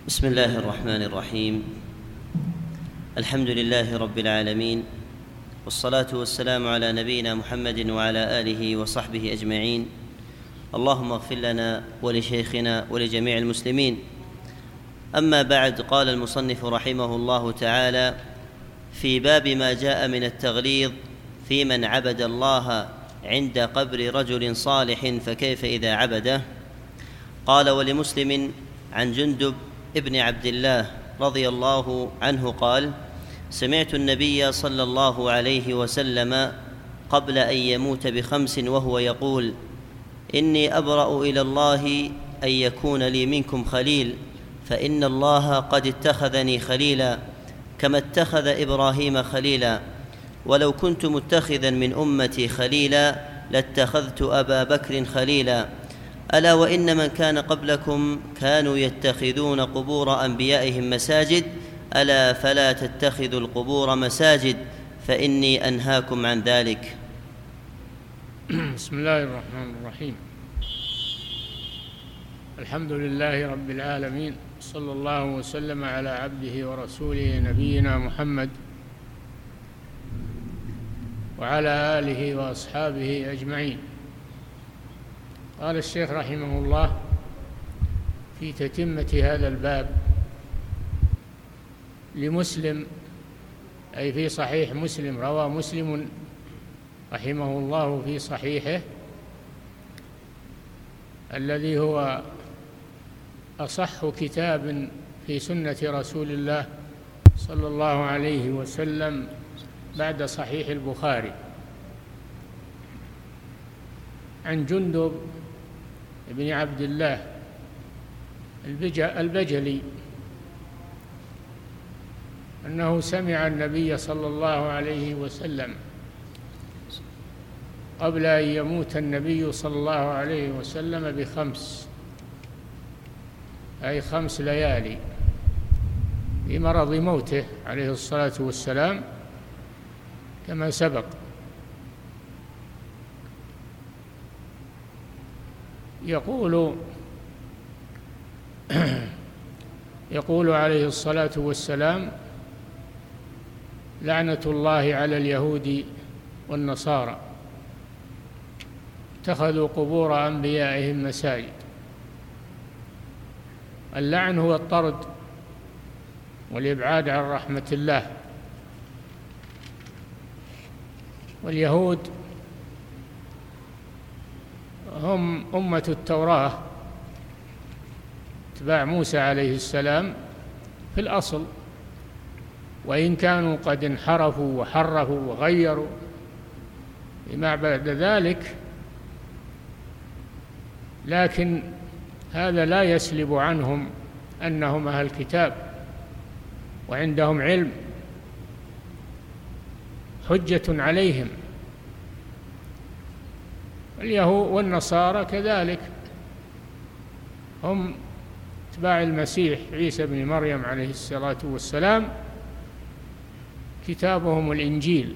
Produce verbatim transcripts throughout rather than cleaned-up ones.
بسم الله الرحمن الرحيم. الحمد لله رب العالمين، والصلاة والسلام على نبينا محمد وعلى آله وصحبه أجمعين. اللهم اغفر لنا ولشيخنا ولجميع المسلمين. أما بعد، قال المصنف رحمه الله تعالى في باب ما جاء من التغليظ في من عبد الله عند قبر رجل صالح فكيف إذا عبده. قال: ولمسلم عن جندب ابن عبد الله رضي الله عنه قال: سمعت النبي صلى الله عليه وسلم قبل أن يموت بخمس وهو يقول: إني أبرأ إلى الله أن يكون لي منكم خليل، فإن الله قد اتخذني خليلا كما اتخذ إبراهيم خليلا، ولو كنت متخذا من أمتي خليلا لاتخذت أبا بكر خليلا. ألا وإن من كان قبلكم كانوا يتخذون قبور أنبيائهم مساجد، ألا فلا تتخذوا القبور مساجد فإني أنهاكم عن ذلك. بسم الله الرحمن الرحيم. الحمد لله رب العالمين، صلى الله وسلم على عبده ورسوله نبينا محمد وعلى آله وأصحابه أجمعين. قال الشيخ رحمه الله في تتمة هذا الباب: لمسلم، أي في صحيح مسلم، روى مسلم رحمه الله في صحيحه الذي هو أصح كتاب في سنة رسول الله صلى الله عليه وسلم بعد صحيح البخاري، عن جندب ابن عبد الله البجلي أنه سمع النبي صلى الله عليه وسلم قبل أن يموت النبي صلى الله عليه وسلم بخمس، أي خمس ليالي، في مرض موته عليه الصلاة والسلام كما سبق. يقول يقول عليه الصلاة والسلام: لعنة الله على اليهود والنصارى اتخذوا قبور أنبيائهم مساجد. اللعن هو الطرد والإبعاد عن رحمة الله. واليهود هم أمة التوراة، اتباع موسى عليه السلام في الأصل، وإن كانوا قد انحرفوا وحرفوا وغيروا فيما بعد ذلك، لكن هذا لا يسلب عنهم أنهم أهل الكتاب وعندهم علم، حجة عليهم. اليهود والنصارى كذلك، هم اتباع المسيح عيسى بن مريم عليه الصلاة والسلام، كتابهم الإنجيل،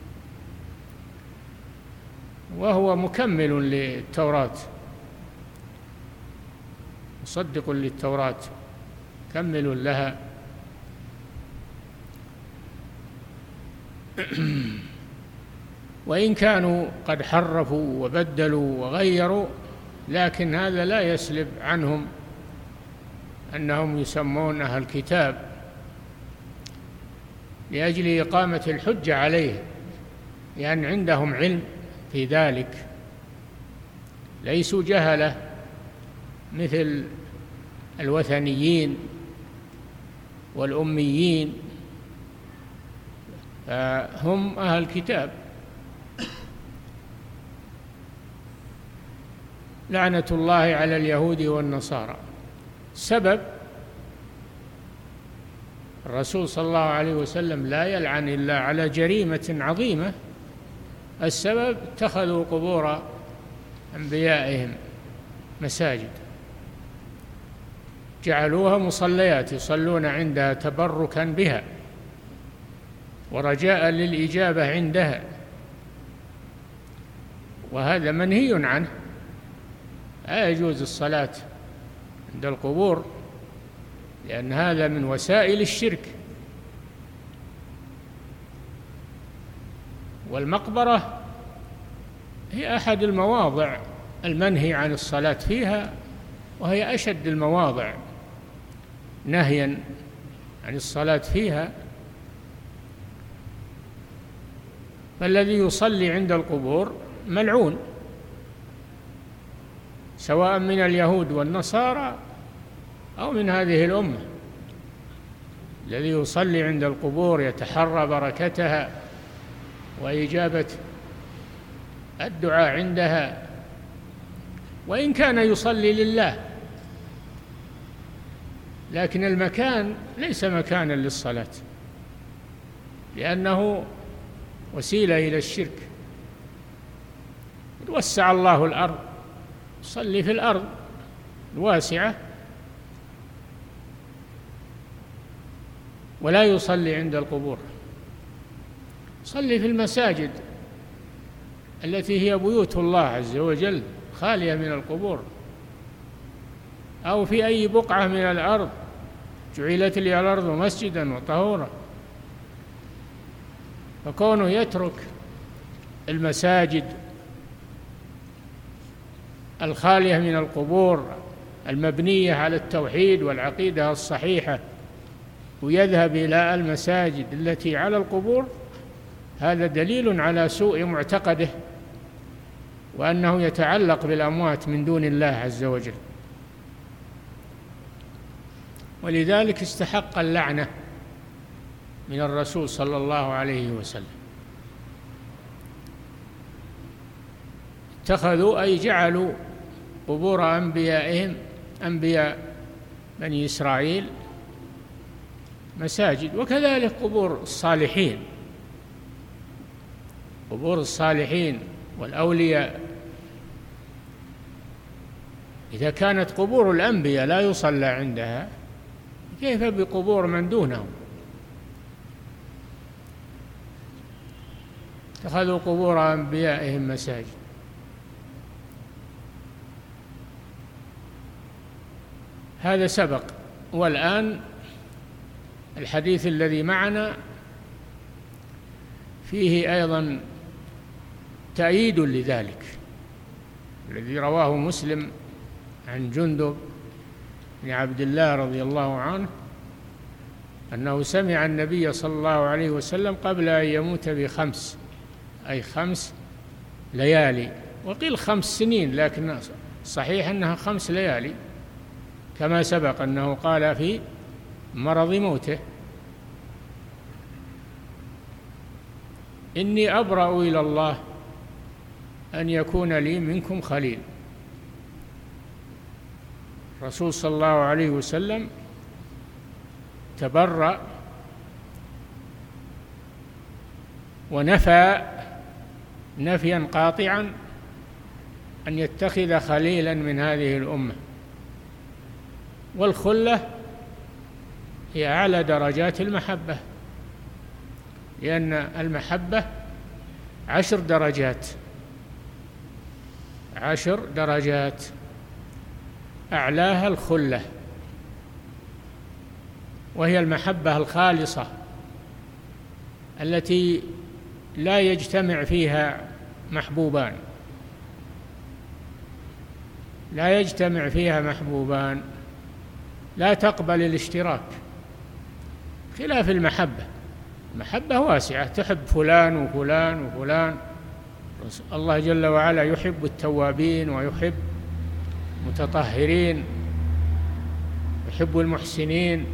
وهو مكمل للتوراة، مصدق للتوراة، كمل لها. وإن كانوا قد حرفوا وبدلوا وغيروا، لكن هذا لا يسلب عنهم أنهم يسمون أهل الكتاب، لأجل إقامة الحجة عليه، لأن عندهم علم في ذلك، ليسوا جهلة مثل الوثنيين والأميين، فهم أهل الكتاب. لعنة الله على اليهود والنصارى. سبب: الرسول صلى الله عليه وسلم لا يلعن إلا على جريمة عظيمة. السبب: اتخذوا قبور أنبيائهم مساجد، جعلوها مصليات يصلون عندها تبركا بها ورجاء للإجابة عندها، وهذا منهي عنه. لا يجوز الصلاة عند القبور لأن هذا من وسائل الشرك. والمقبرة هي أحد المواضع المنهي عن الصلاة فيها، وهي أشد المواضع نهيا عن الصلاة فيها. فالذي يصلي عند القبور ملعون، سواء من اليهود والنصارى أو من هذه الأمة. الذي يصلي عند القبور يتحرى بركتها وإجابة الدعاء عندها، وإن كان يصلي لله، لكن المكان ليس مكانا للصلاة، لأنه وسيلة إلى الشرك. وسع الله الأرض، صلي في الأرض الواسعة، ولا يصلي عند القبور. صلي في المساجد التي هي بيوت الله عز وجل خالية من القبور، أو في أي بقعة من الأرض جعلت لي الأرض مسجدا وطهورا. فكونه يترك المساجد الخالية من القبور المبنية على التوحيد والعقيدة الصحيحة ويذهب إلى المساجد التي على القبور، هذا دليل على سوء معتقده، وأنه يتعلق بالأموات من دون الله عز وجل. ولذلك استحق اللعنة من الرسول صلى الله عليه وسلم. اتخذوا أي جعلوا قبور أنبيائهم، أنبياء بني إسرائيل، مساجد. وكذلك قبور الصالحين، قبور الصالحين والأولياء. إذا كانت قبور الأنبياء لا يصلى عندها، كيف بقبور من دونهم؟ اتخذوا قبور أنبيائهم مساجد. هذا سبق. والآن الحديث الذي معنا فيه أيضا تأييد لذلك، الذي رواه مسلم عن جندب بن عبد الله رضي الله عنه أنه سمع النبي صلى الله عليه وسلم قبل أن يموت بخمس، أي خمس ليالي، وقيل خمس سنين، لكن صحيح أنها خمس ليالي كما سبق أنه قال في مرض موته: إني أبرأ إلى الله أن يكون لي منكم خليل. الرسول صلى الله عليه وسلم تبرأ ونفى نفيا قاطعا أن يتخذ خليلا من هذه الأمة. والخلة هي أعلى درجات المحبة، لأن المحبة عشر درجات، عشر درجات أعلاها الخلة، وهي المحبة الخالصة التي لا يجتمع فيها محبوبان، لا يجتمع فيها محبوبان، لا تقبل الاشتراك، خلاف المحبة. المحبة واسعة، تحب فلان وفلان وفلان. الله جل وعلا يحب التوابين ويحب المتطهرين، يحب المحسنين.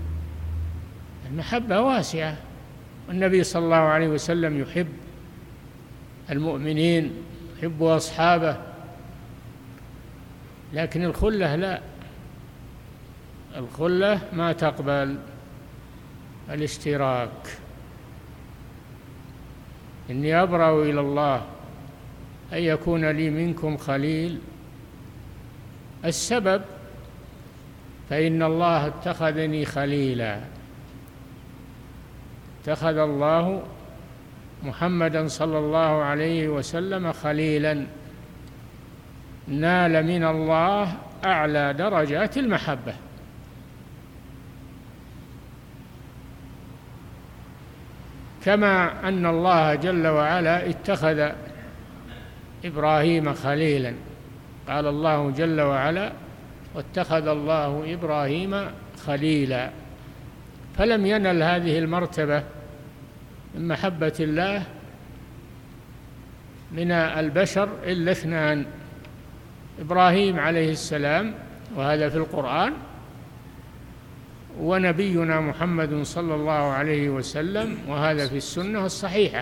المحبة واسعة، والنبي صلى الله عليه وسلم يحب المؤمنين، يحب أصحابه. لكن الخلة لا، الخلة ما تقبل الاشتراك. إني أبرأ إلى الله أن يكون لي منكم خليل. السبب: فإن الله اتخذني خليلا. اتخذ الله محمدا صلى الله عليه وسلم خليلا، نال من الله أعلى درجات المحبة. كما أن الله جل وعلا اتخذ إبراهيم خليلا. قال الله جل وعلا: واتخذ الله إبراهيم خليلا. فلم ينل هذه المرتبة من محبة الله من البشر إلا اثنان: إبراهيم عليه السلام، وهذا في القرآن، ونبينا محمد صلى الله عليه وسلم، وهذا في السنة الصحيحة.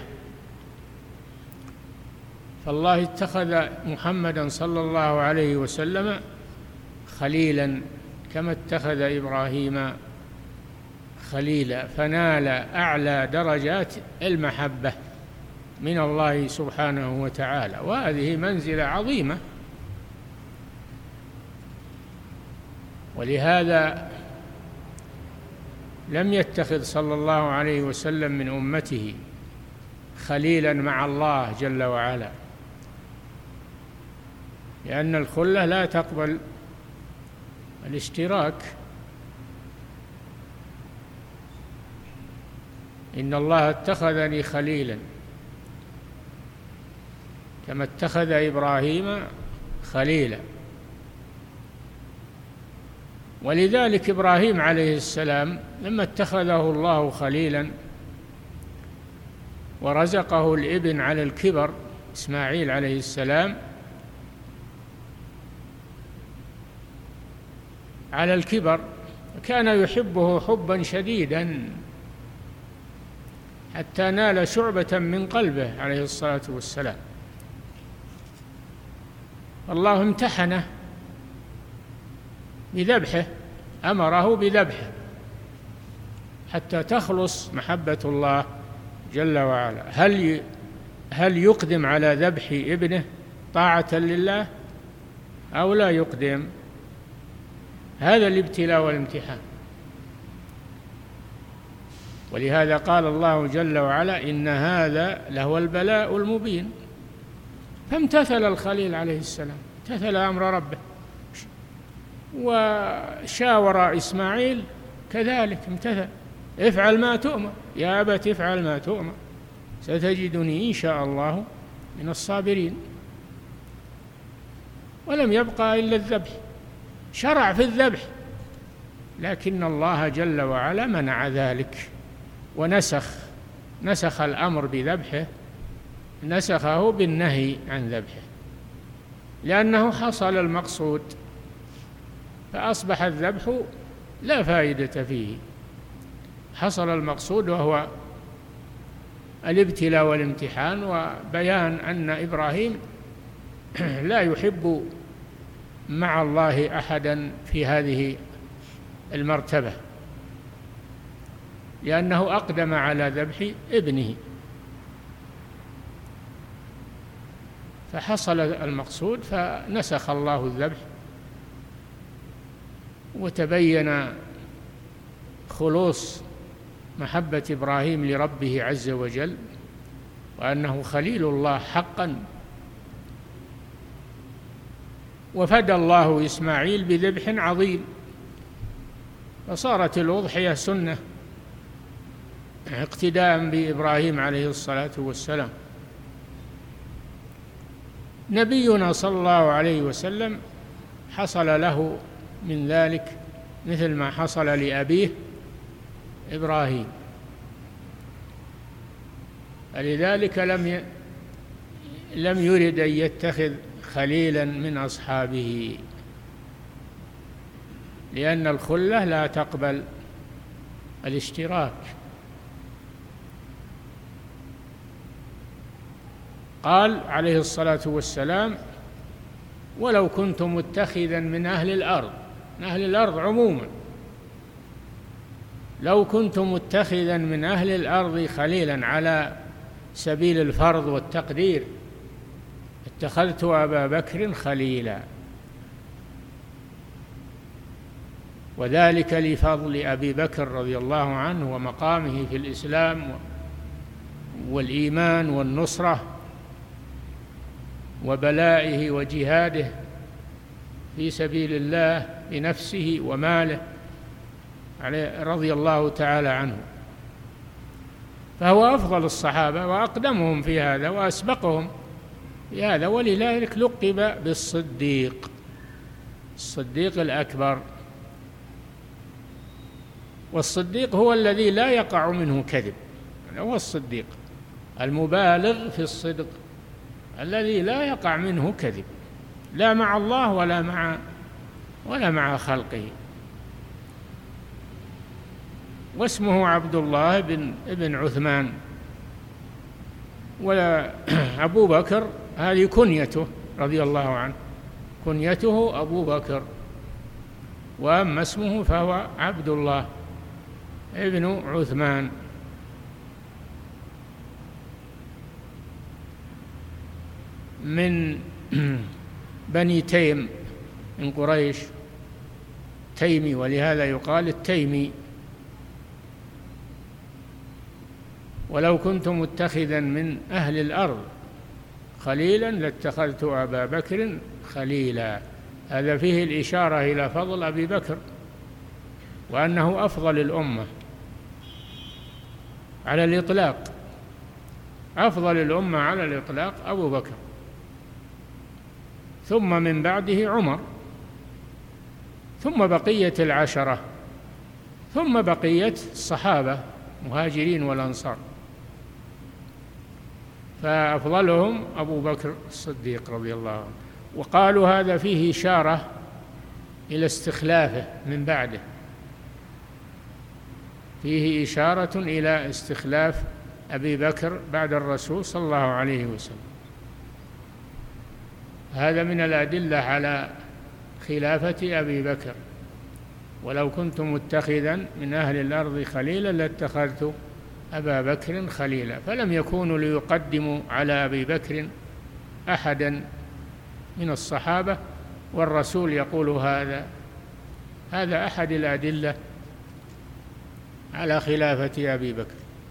فالله اتخذ محمدا صلى الله عليه وسلم خليلا كما اتخذ إبراهيم خليلا، فنال أعلى درجات المحبة من الله سبحانه وتعالى، وهذه منزلة عظيمة. ولهذا لم يتخذ صلى الله عليه وسلم من أمته خليلا مع الله جل وعلا، لأن الخلة لا تقبل الاشتراك. إن الله اتخذني خليلا كما اتخذ إبراهيم خليلا. ولذلك إبراهيم عليه السلام لما اتخذه الله خليلا ورزقه الابن على الكبر إسماعيل عليه السلام على الكبر، كان يحبه حبا شديدا حتى نال شعبة من قلبه عليه الصلاة والسلام. الله امتحنه بذبحه، أمره بذبحه حتى تخلص محبة الله جل وعلا. هل هل يقدم على ذبح ابنه طاعة لله أو لا يقدم؟ هذا الابتلاء والامتحان. ولهذا قال الله جل وعلا: إن هذا لهو البلاء المبين. فامتثل الخليل عليه السلام، امتثل أمر ربه، وشاور إسماعيل كذلك امتثل: افعل ما تؤمر يا أبت، افعل ما تؤمر، ستجدني إن شاء الله من الصابرين. ولم يبقى إلا الذبح، شرع في الذبح، لكن الله جل وعلا منع ذلك ونسخ نسخ الأمر بذبحه، نسخه بالنهي عن ذبحه، لأنه حصل المقصود، فأصبح الذبح لا فائدة فيه. حصل المقصود وهو الابتلاء والامتحان، وبيان أن إبراهيم لا يحب مع الله أحدا في هذه المرتبة، لأنه أقدم على ذبح ابنه، فحصل المقصود فنسخ الله الذبح، وتبين خلوص محبة إبراهيم لربه عز وجل، وأنه خليل الله حقا. وفدى الله إسماعيل بذبح عظيم، فصارت الأضحية سنة اقتداء بإبراهيم عليه الصلاة والسلام. نبينا صلى الله عليه وسلم حصل له من ذلك مثل ما حصل لأبيه إبراهيم، فلذلك لم ي... لم يرد أن يتخذ خليلا من أصحابه، لأن الخلة لا تقبل الاشتراك. قال عليه الصلاة والسلام: ولو كنت متخذا من أهل الأرض، من أهل الأرض عموما، لو كنت متخذا من أهل الأرض خليلا على سبيل الفرض والتقدير اتخذت أبا بكر خليلا، وذلك لفضل أبي بكر رضي الله عنه ومقامه في الإسلام والإيمان والنصرة وبلائه وجهاده في سبيل الله بنفسه وماله رضي الله تعالى عنه. فهو أفضل الصحابة وأقدمهم في هذا وأسبقهم في هذا، ولذلك لقب بالصديق، الصديق الأكبر. والصديق هو الذي لا يقع منه كذب، هو الصديق المبالغ في الصدق الذي لا يقع منه كذب، لا مع الله ولا مع ولا مع خلقه. واسمه عبد الله بن ابن عثمان، ولا أبو بكر هذه كنيته رضي الله عنه، كنيته أبو بكر، وأما اسمه فهو عبد الله ابن عثمان. من بني تيم من قريش، تيمي، ولهذا يقال التيمي. ولو كنت متخذا من أهل الأرض خليلا لاتخذت أبا بكر خليلا. هذا فيه الإشارة إلى فضل أبي بكر وأنه أفضل الأمة على الإطلاق، أفضل الأمة على الإطلاق أبو بكر، ثم من بعده عمر، ثم بقية العشرة، ثم بقية الصحابة مهاجرين والأنصار، فأفضلهم أبو بكر الصديق رضي الله عنه. وقالوا هذا فيه إشارة إلى استخلافه من بعده، فيه إشارة إلى استخلاف أبي بكر بعد الرسول صلى الله عليه وسلم. هذا من الأدلة على خلافة أبي بكر. ولو كنت متخذا من أهل الأرض خليلا لاتخذت أبا بكر خليلا. فلم يكونوا ليقدموا على أبي بكر أحدا من الصحابة، والرسول يقول هذا هذا أحد الأدلة على خلافة أبي بكر.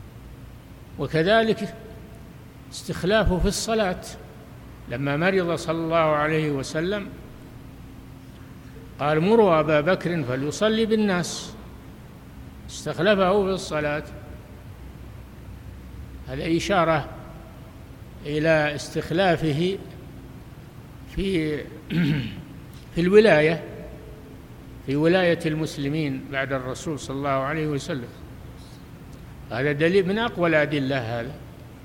وكذلك استخلافه في الصلاة، لما مرض صلى الله عليه وسلم قال مروا أبا بكر فليصلي بالناس، استخلفه في الصلاة. هذا إشارة إلى استخلافه في في الولاية، في ولاية المسلمين بعد الرسول صلى الله عليه وسلم. هذا دليل من أقوى الأدلة، هذا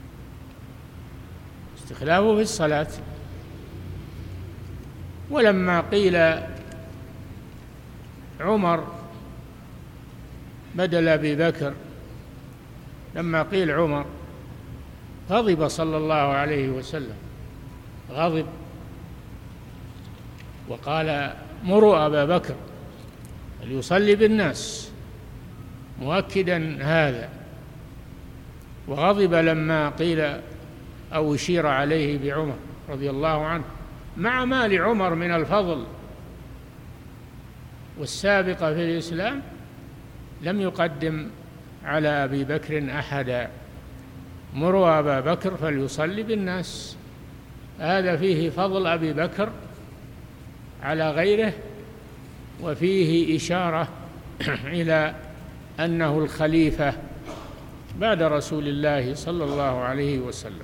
استخلافه في الصلاة. ولما قيل عمر بدل أبي بكر، لما قيل عمر غضب صلى الله عليه وسلم، غضب وقال مروا أبا بكر ليصلي بالناس، مؤكدا هذا. وغضب لما قيل أو أشير عليه بعمر رضي الله عنه، مع ما لعمر من الفضل والسابقة في الإسلام، لم يقدم على أبي بكر أحدا. مروا أبا بكر فليصلي بالناس، هذا فيه فضل أبي بكر على غيره، وفيه إشارة إلى أنه الخليفة بعد رسول الله صلى الله عليه وسلم.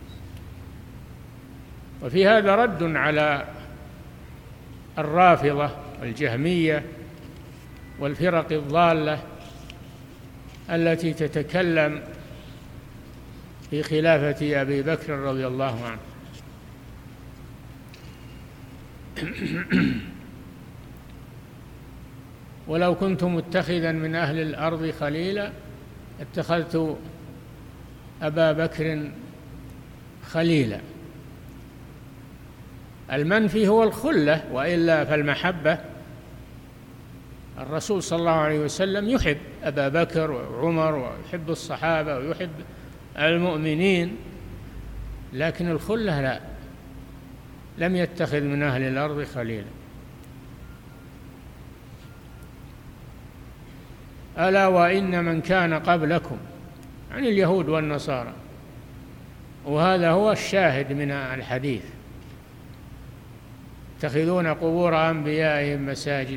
وفي هذا رد على الرافضة والجهمية والفرق الضالة التي تتكلم في خلافة أبي بكر رضي الله عنه. ولو كنت متخذا من أهل الأرض خليلا اتخذت أبا بكر خليلا. المنفي هو الخلة، وإلا فالمحبة. الرسول صلى الله عليه وسلم يحب أبا بكر وعمر ويحب الصحابة ويحب المؤمنين، لكن الخلة لا، لم يتخذ من أهل الأرض خليلا. ألا وإن من كان قبلكم، عن اليهود والنصارى، وهذا هو الشاهد من الحديث، يتخذون قبور أنبيائهم مساجد،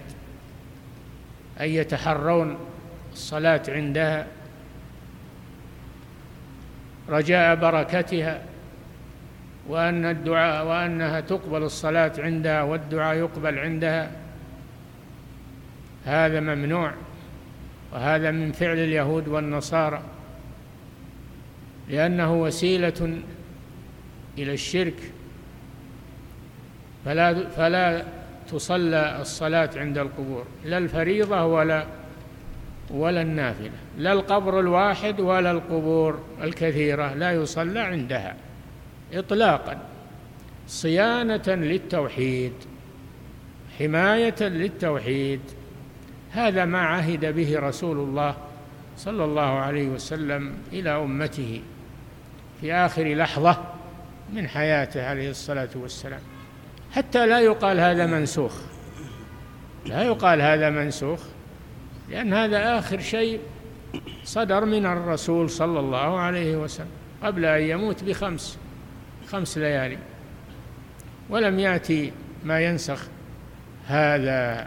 أي يتحرون الصلاة عندها رجاء بركتها، وأن الدعاء وأنها تقبل الصلاة عندها والدعاء يقبل عندها، هذا ممنوع، وهذا من فعل اليهود والنصارى، لأنه وسيلة إلى الشرك. فلا فلا تصلى الصلاة عند القبور، لا الفريضة ولا ولا النافلة، لا القبر الواحد ولا القبور الكثيرة لا يصلى عندها إطلاقا، صيانة للتوحيد، حماية للتوحيد. هذا ما عهد به رسول الله صلى الله عليه وسلم إلى أمته في آخر لحظة من حياته عليه الصلاة والسلام، حتى لا يقال هذا منسوخ، لا يقال هذا منسوخ، لأن هذا آخر شيء صدر من الرسول صلى الله عليه وسلم قبل أن يموت بخمس خمس ليالي، ولم يأتي ما ينسخ هذا.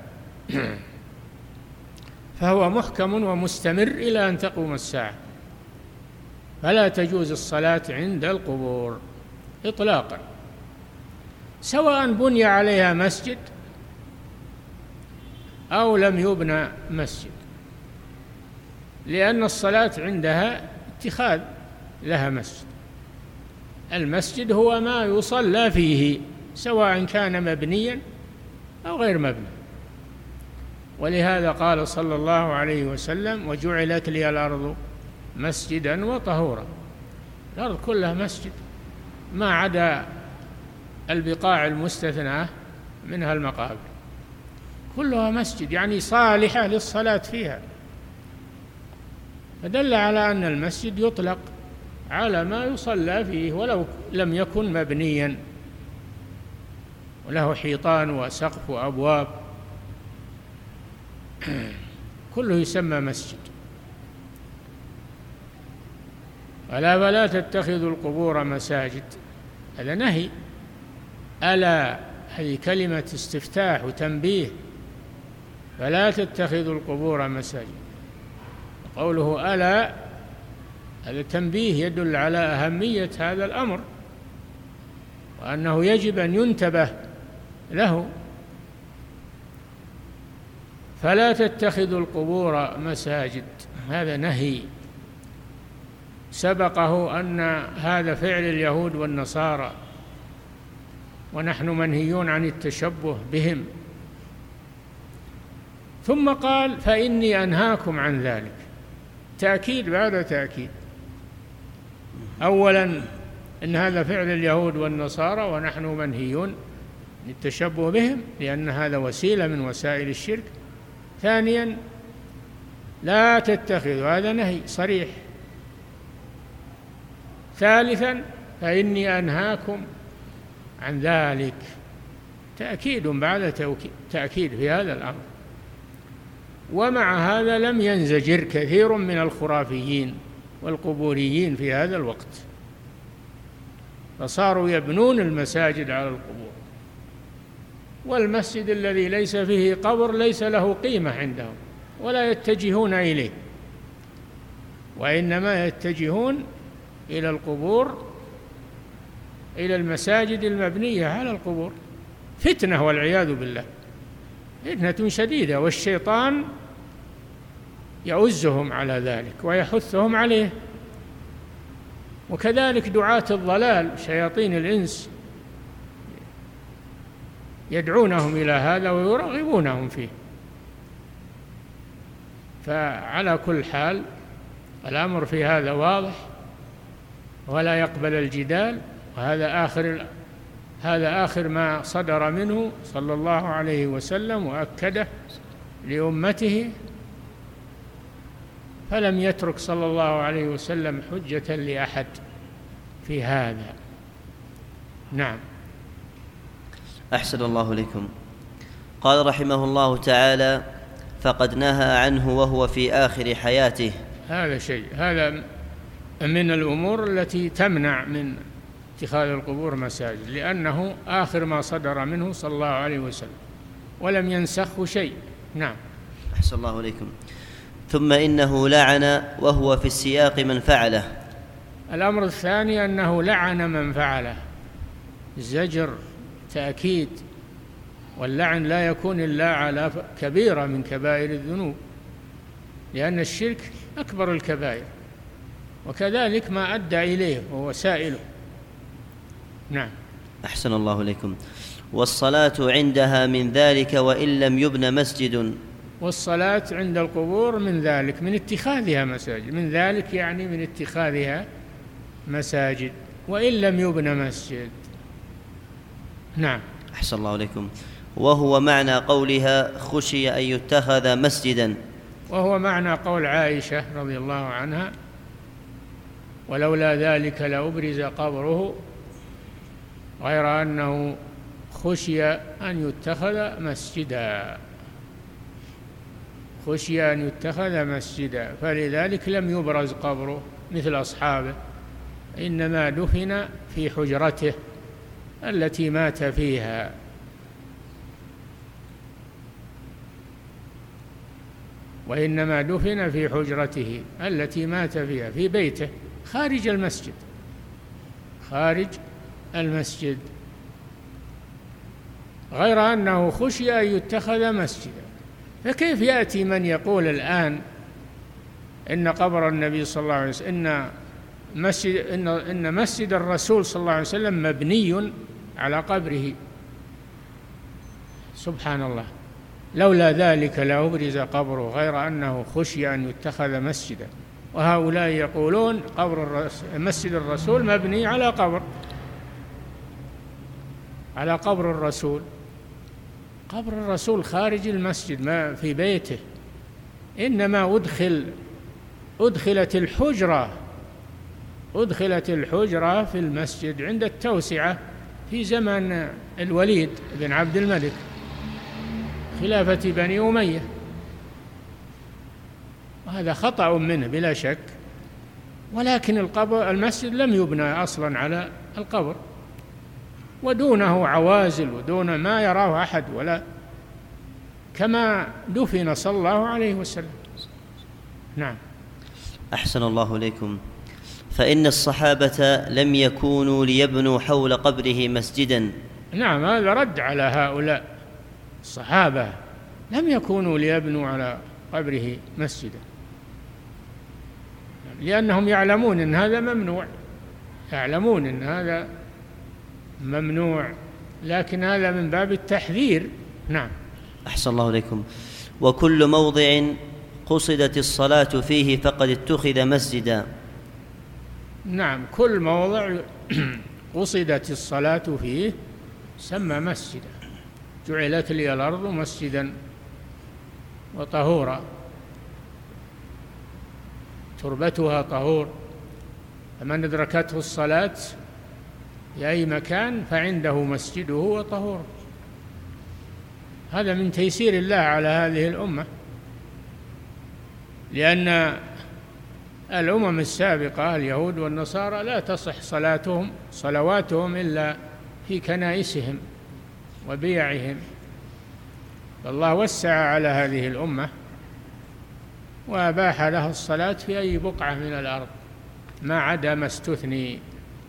فهو محكم ومستمر إلى أن تقوم الساعة، فلا تجوز الصلاة عند القبور إطلاقا، سواء بني عليها مسجد أو لم يبنى مسجد، لأن الصلاة عندها اتخاذ لها مسجد. المسجد هو ما يصلى فيه سواء كان مبنيا أو غير مبني، ولهذا قال صلى الله عليه وسلم: وجعلت لي الأرض مسجدا وطهورا. الأرض كلها مسجد ما عدا البقاع المستثناة منها المقابر، كلها مسجد، يعني صالحة للصلاة فيها. فدل على أن المسجد يطلق على ما يصلى فيه ولو لم يكن مبنيا وله حيطان وسقف وأبواب، كله يسمى مسجد. ألا فلا تتخذوا القبور مساجد، هذا نهي. ألا هذه كلمة استفتاح وتنبيه، فلا تتخذوا القبور مساجد. قوله ألا هذا تنبيه يدل على أهمية هذا الأمر، وأنه يجب أن ينتبه له. فلا تتخذوا القبور مساجد، هذا نهي سبقه أن هذا فعل اليهود والنصارى، ونحن منهيون عن التشبه بهم. ثم قال: فإني أنهاكم عن ذلك، تأكيد بعد تأكيد. أولا إن هذا فعل اليهود والنصارى ونحن منهيون عن التشبه بهم، لأن هذا وسيلة من وسائل الشرك. ثانيا لا تتخذوا، هذا نهي صريح. ثالثا فإني أنهاكم عن ذلك، تأكيد بعد تأكيد في هذا الأمر. ومع هذا لم ينزجر كثير من الخرافيين والقبوريين في هذا الوقت، فصاروا يبنون المساجد على القبور، والمسجد الذي ليس فيه قبر ليس له قيمة عندهم ولا يتجهون إليه، وإنما يتجهون إلى القبور، إلى المساجد المبنية على القبور. فتنة والعياذ بالله، فتنة شديدة، والشيطان يعزهم على ذلك ويحثهم عليه. وكذلك دعاة الضلال شياطين الإنس يدعونهم إلى هذا ويرغبونهم فيه. فعلى كل حال الأمر في هذا واضح ولا يقبل الجدال، وهذا آخر هذا آخر ما صدر منه صلى الله عليه وسلم وأكده لأمته، فلم يترك صلى الله عليه وسلم حجة لأحد في هذا. نعم. أحسن الله إليكم. قال رحمه الله تعالى: فقد نهى عنه وهو في آخر حياته. هذا شيء، هذا من الأمور التي تمنع من اتخاذ القبور مساجد، لأنه آخر ما صدر منه صلى الله عليه وسلم ولم ينسخه شيء. نعم. أحسن الله إليكم. ثم إنه لعن وهو في السياق من فعله. الأمر الثاني أنه لعن من فعله، زجر تأكيد، واللعن لا يكون إلا على كبيرة من كبائر الذنوب، لأن الشرك أكبر الكبائر، وكذلك ما أدى إليه وهو سائله. نعم. أحسن الله إليكم. والصلاة عندها من ذلك وإن لم يبن مسجد. والصلاة عند القبور من ذلك، من اتخاذها مساجد، من ذلك يعني من اتخاذها مساجد وإن لم يبن مسجد. نعم. أحسن الله إليكم. وهو معنى قولها خشي أن يتخذ مسجدا. وهو معنى قول عائشة رضي الله عنها: ولولا ذلك لأبرز قبره، غير أنه خشي أن يتخذ مسجدا، خشي أن يتخذ مسجدا، فلذلك لم يبرز قبره مثل أصحابه، إنما دفن في حجرته التي مات فيها. وإنما دفن في حجرته التي مات فيها في بيته خارج المسجد، خارج المسجد، غير أنه خشي أن يتخذ مسجدا. فكيف يأتي من يقول الآن إن قبر النبي صلى الله عليه وسلم إن مسجد, إن إن مسجد الرسول صلى الله عليه وسلم مبني على قبره؟ سبحان الله. لولا ذلك لأبرز قبره، غير أنه خشي أن يتخذ مسجدا. وهؤلاء يقولون قبر مسجد الرسول مبني على قبر، على قبر الرسول. قبر الرسول خارج المسجد ما في بيته، إنما أدخل أدخلت الحجرة أدخلت الحجرة في المسجد عند التوسعة في زمن الوليد بن عبد الملك خلافة بني أمية، وهذا خطأ منه بلا شك. ولكن القبر المسجد لم يبنى أصلا على القبر، ودونه عوازل ودون ما يراه أحد، ولا كما دفن صلى الله عليه وسلم. نعم. أحسن الله إليكم. فإن الصحابة لم يكونوا ليبنوا حول قبره مسجدا. نعم، هذا رد على هؤلاء. الصحابة لم يكونوا ليبنوا على قبره مسجدا، لأنهم يعلمون أن هذا ممنوع، يعلمون أن هذا ممنوع، لكن هذا من باب التحذير. نعم. أحسن الله إليكم. وكل موضع قصدت الصلاة فيه فقد اتخذ مسجدا. نعم، كل موضع قصدت الصلاة فيه سمى مسجدا. جعلت لي الأرض مسجدا وطهورا، تربتها طهور، فمن أدركته الصلاة في أي مكان فعنده مسجده وطهور. هذا من تيسير الله على هذه الأمة، لأن الأمم السابقة اليهود والنصارى لا تصح صلاتهم صلواتهم إلا في كنائسهم وبيعهم، فالله وسع على هذه الأمة وأباح لها الصلاة في أي بقعة من الأرض ما عدا ما استثني.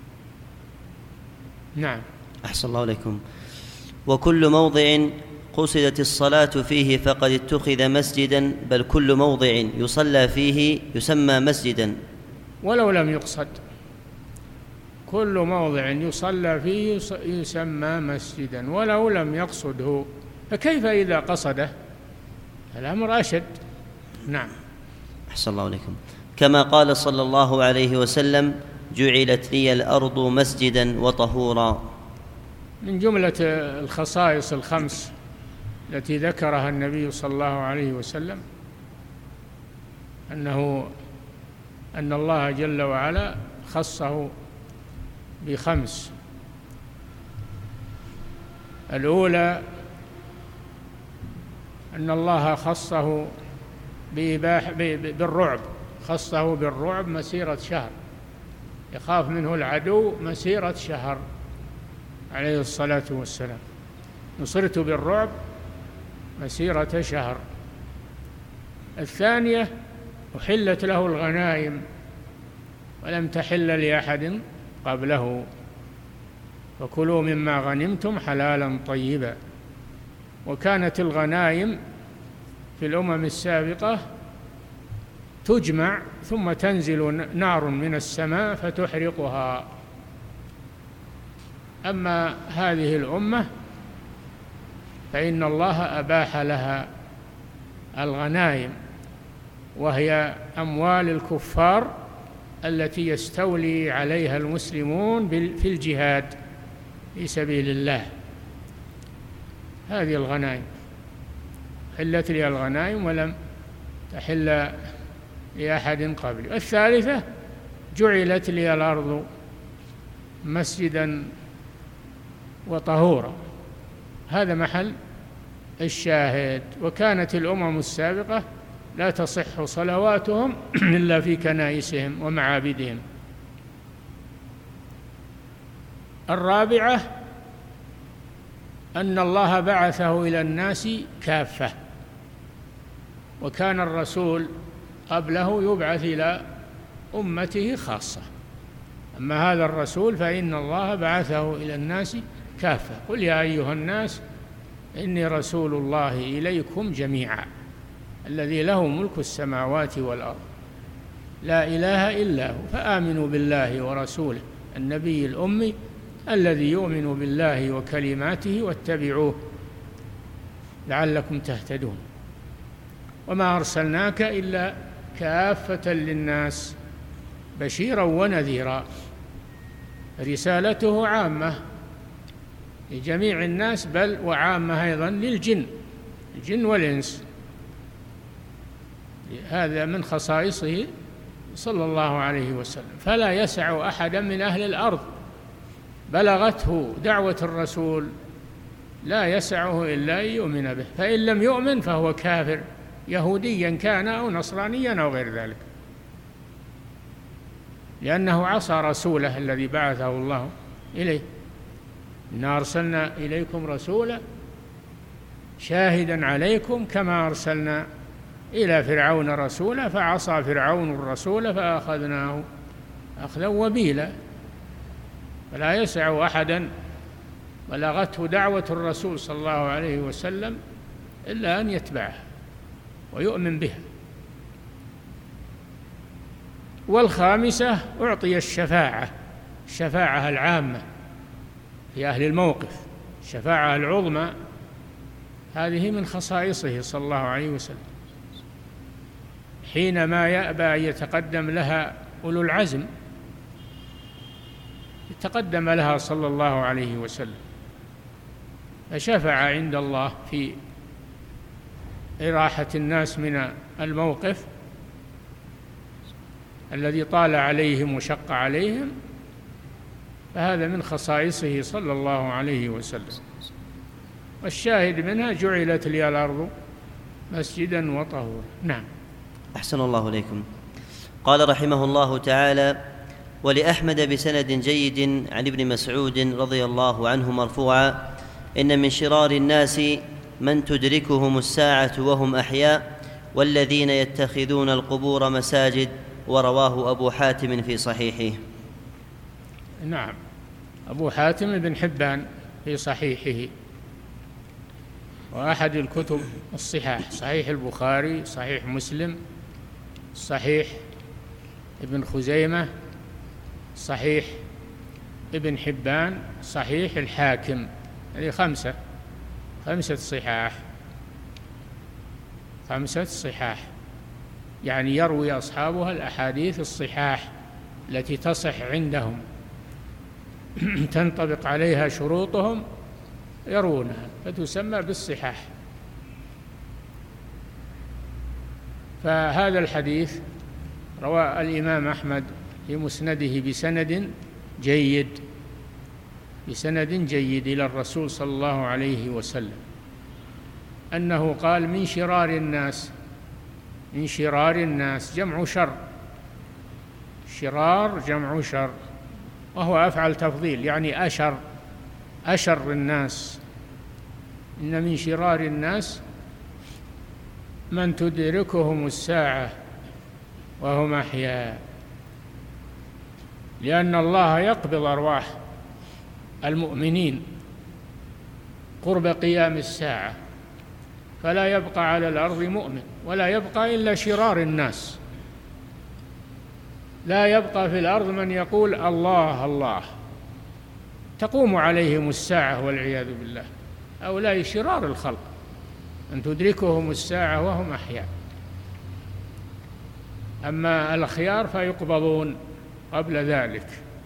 نعم. أحسن الله إليكم. وكل موضع قصدت الصلاة فيه فقد اتخذ مسجدا، بل كل موضع يصلى فيه يسمى مسجدا ولو لم يقصد. كل موضع يصلى فيه يسمى مسجدا ولو لم يقصده، فكيف إذا قصده؟ الأمر أشد. نعم. أحسن الله عليكم. كما قال صلى الله عليه وسلم: جعلت لي الأرض مسجدا وطهورا. من جملة الخصائص الخمس التي ذكرها النبي صلى الله عليه وسلم أنه أن الله جل وعلا خصه بخمس. الأولى أن الله خصه بإباحة بالرعب، خصه بالرعب مسيرة شهر، يخاف منه العدو مسيرة شهر عليه الصلاة والسلام. نصرت بالرعب مسيرة شهر. الثانية أحلت له الغنائم ولم تحل لأحد قبله، فكلوا مما غنمتم حلالا طيبا. وكانت الغنائم في الأمم السابقة تجمع ثم تنزل نار من السماء فتحرقها. أما هذه الأمة فإن الله أباح لها الغنائم، وهي أموال الكفار التي يستولي عليها المسلمون في الجهاد في سبيل الله. هذه الغنائم حلت لي الغنائم ولم تحل لأحد قبلي. الثالثة جعلت لي الأرض مسجدا وطهورا، هذا محل الشاهد. وكانت الأمم السابقة لا تصح صلواتهم إلا في كنائسهم ومعابدهم. الرابعة أن الله بعثه إلى الناس كافة، وكان الرسول قبله يبعث إلى أمته خاصة، أما هذا الرسول فإن الله بعثه إلى الناس كافة. قل يا أيها الناس إني رسول الله إليكم جميعا الذي له ملك السماوات والأرض لا إله إلا هو فآمنوا بالله ورسوله النبي الأمي الذي يؤمن بالله وكلماته واتبعوه لعلكم تهتدون. وما أرسلناك إلا كافة للناس بشيرا ونذيرا، رسالته عامة لجميع الناس، بل وعامة أيضا للجن، الجن والإنس. هذا من خصائصه صلى الله عليه وسلم، فلا يسع أحدا من أهل الأرض بلغته دعوة الرسول لا يسعه إلا أن يؤمن به، فإن لم يؤمن فهو كافر، يهوديا كان أو نصرانيا أو غير ذلك، لأنه عصى رسوله الذي بعثه الله إليه. إنا أرسلنا إليكم رسولا شاهدا عليكم كما أرسلنا إلى فرعون رسولا فعصى فرعون الرسول فأخذناه أخذا وبيلا. فلا يسع أحدا بلغته دعوة الرسول صلى الله عليه وسلم إلا أن يتبعه ويؤمن بها. والخامسة أعطي الشفاعة، الشفاعة العامة في أهل الموقف، الشفاعة العظمى، هذه من خصائصه صلى الله عليه وسلم، حينما يأبى أن يتقدم لها أولو العزم تقدم لها صلى الله عليه وسلم، فشفع عند الله في إراحة الناس من الموقف الذي طال عليهم وشق عليهم، فهذا من خصائصه صلى الله عليه وسلم. والشاهد منها جعلت لي الأرض مسجدا وطهورا. نعم. أحسن الله إليكم. قال رحمه الله تعالى: ولأحمد بسند جيد عن ابن مسعود رضي الله عنه مرفوعا: إن من شرار الناس من تدركهم الساعة وهم أحياء والذين يتخذون القبور مساجد. ورواه أبو حاتم في صحيحه. نعم، أبو حاتم بن حبان في صحيحه، وأحد الكتب الصحاح، صحيح البخاري، صحيح مسلم، صحيح ابن خزيمة، صحيح ابن حبان، صحيح الحاكم. هذه خمسة خمسة صحاح خمسة صحاح يعني يروي أصحابها الأحاديث الصحاح التي تصح عندهم تنطبق عليها شروطهم يرونها فتسمى بالصحاح. فهذا الحديث رواه الإمام أحمد في مسنده بسند جيد بسند جيد إلى الرسول صلى الله عليه وسلم أنه قال: من شرار الناس، من شرار الناس جمع شر، شرار جمع شر، وهو أفعل تفضيل يعني أشر، أشر الناس. إن من شرار الناس من تدركهم الساعة وهم أحياء. لأن الله يقبض أرواح المؤمنين قرب قيام الساعة، فلا يبقى على الأرض مؤمن، ولا يبقى إلا شرار الناس. لا يبقى في الأرض من يقول الله الله، تقوم عليهم الساعة والعياذ بالله. هؤلاء شرار الخلق أن تدركهم الساعة وهم أحياء. أما الأخيار فيقبضون قبل ذلك.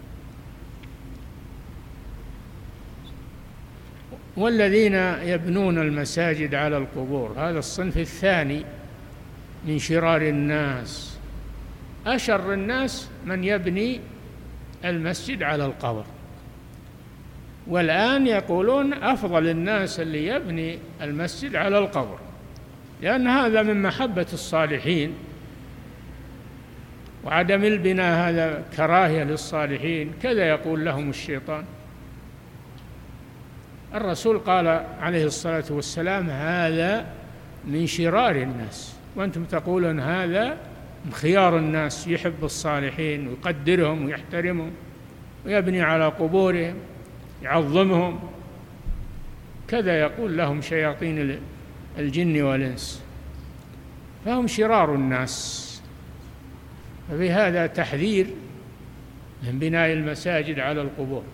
والذين يبنون المساجد على القبور، هذا الصنف الثاني من شرار الناس. أشر الناس من يبني المسجد على القبر، والآن يقولون أفضل الناس اللي يبني المسجد على القبر، لأن هذا من محبة الصالحين، وعدم البناء هذا كراهية للصالحين، كذا يقول لهم الشيطان. الرسول قال عليه الصلاة والسلام هذا من شرار الناس، وأنتم تقولون هذا خيار الناس، يحب الصالحين ويقدرهم ويحترمهم ويبني على قبورهم يعظمهم، كذا يقول لهم شياطين الجن والإنس، فهم شرار الناس. ففي هذا تحذير من بناء المساجد على القبور،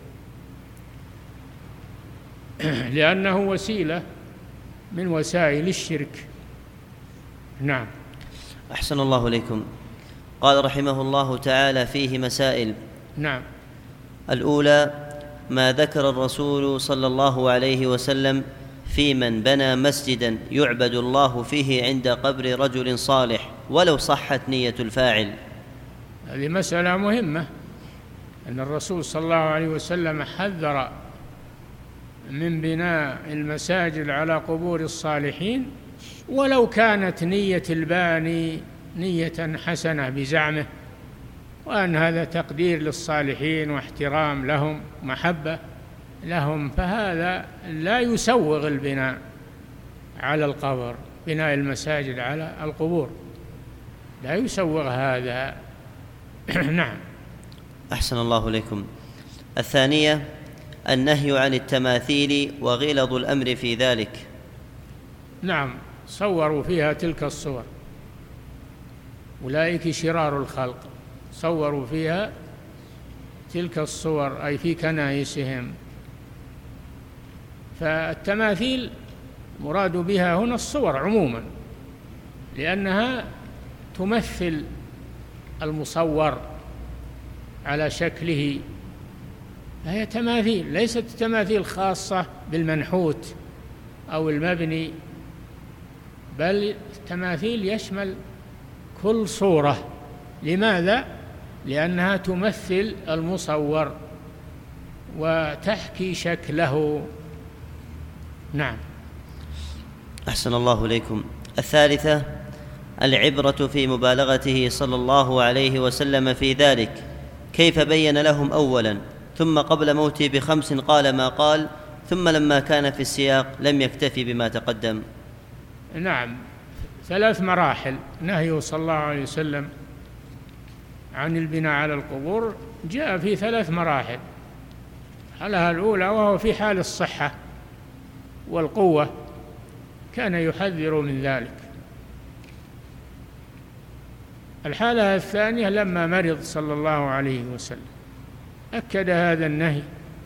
لأنه وسيلة من وسائل الشرك. نعم. أحسن الله إليكم. قال رحمه الله تعالى فيه مسائل. نعم. الأولى ما ذكر الرسول صلى الله عليه وسلم في من بنى مسجدا يعبد الله فيه عند قبر رجل صالح ولو صحت نية الفاعل. هذه مسألة مهمة، أن الرسول صلى الله عليه وسلم حذر من بناء المساجد على قبور الصالحين ولو كانت نية الباني نية حسنة بزعمه، وأن هذا تقدير للصالحين واحترام لهم محبة لهم، فهذا لا يسوغ البناء على القبر، بناء المساجد على القبور لا يسوغ هذا. نعم. أحسن الله إليكم. الثانية النهي عن التماثيل وغلظ الأمر في ذلك. نعم، صوروا فيها تلك الصور، أولئك شرار الخلق، صوروا فيها تلك الصور أي في كنائسهم. فالتماثيل مراد بها هنا الصور عموما، لأنها تمثل المصور على شكله، فهي تماثيل، ليست تماثيل خاصة بالمنحوت أو المبني، بل التماثيل يشمل كل صورة. لماذا؟ لأنها تمثل المصور وتحكي شكله. نعم. أحسن الله إليكم. الثالثة العبرة في مبالغته صلى الله عليه وسلم في ذلك، كيف بين لهم أولا ثم قبل موته بخمس قال ما قال، ثم لما كان في السياق لم يكتفي بما تقدم. نعم، ثلاث مراحل نهيه صلى الله عليه وسلم عن البناء على القبور، جاء في ثلاث مراحل. الحالة الأولى وهو في حال الصحة والقوة كان يحذر من ذلك. الحالة الثانية لما مرض صلى الله عليه وسلم أكد هذا النهي.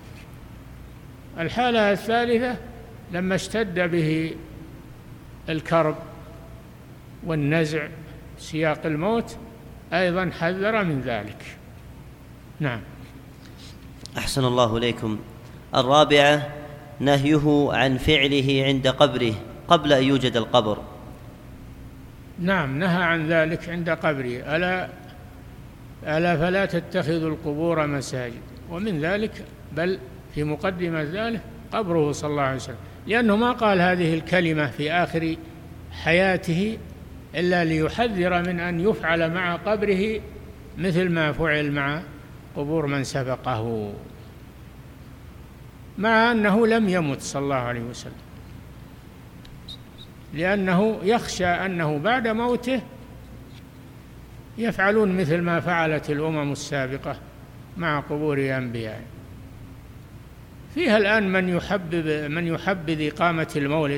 الحالة الثالثة لما اشتد به الكرب والنزع سياق الموت أيضا حذر من ذلك. نعم. أحسن الله إليكم. الرابعة نهيه عن فعله عند قبره قبل أن يوجد القبر. نعم، نهى عن ذلك عند قبره. ألا ألا فلا تتخذوا القبور مساجد، ومن ذلك بل في مقدمة ذلك قبره صلى الله عليه وسلم، لأنه ما قال هذه الكلمة في آخر حياته إلا ليحذر من أن يفعل مع قبره مثل ما فعل مع قبور من سبقه، مع أنه لم يمت صلى الله عليه وسلم، لأنه يخشى أنه بعد موته يفعلون مثل ما فعلت الأمم السابقة مع قبور أنبيائهم. فيها الآن من يحبب من يحبذ إقامة المولد،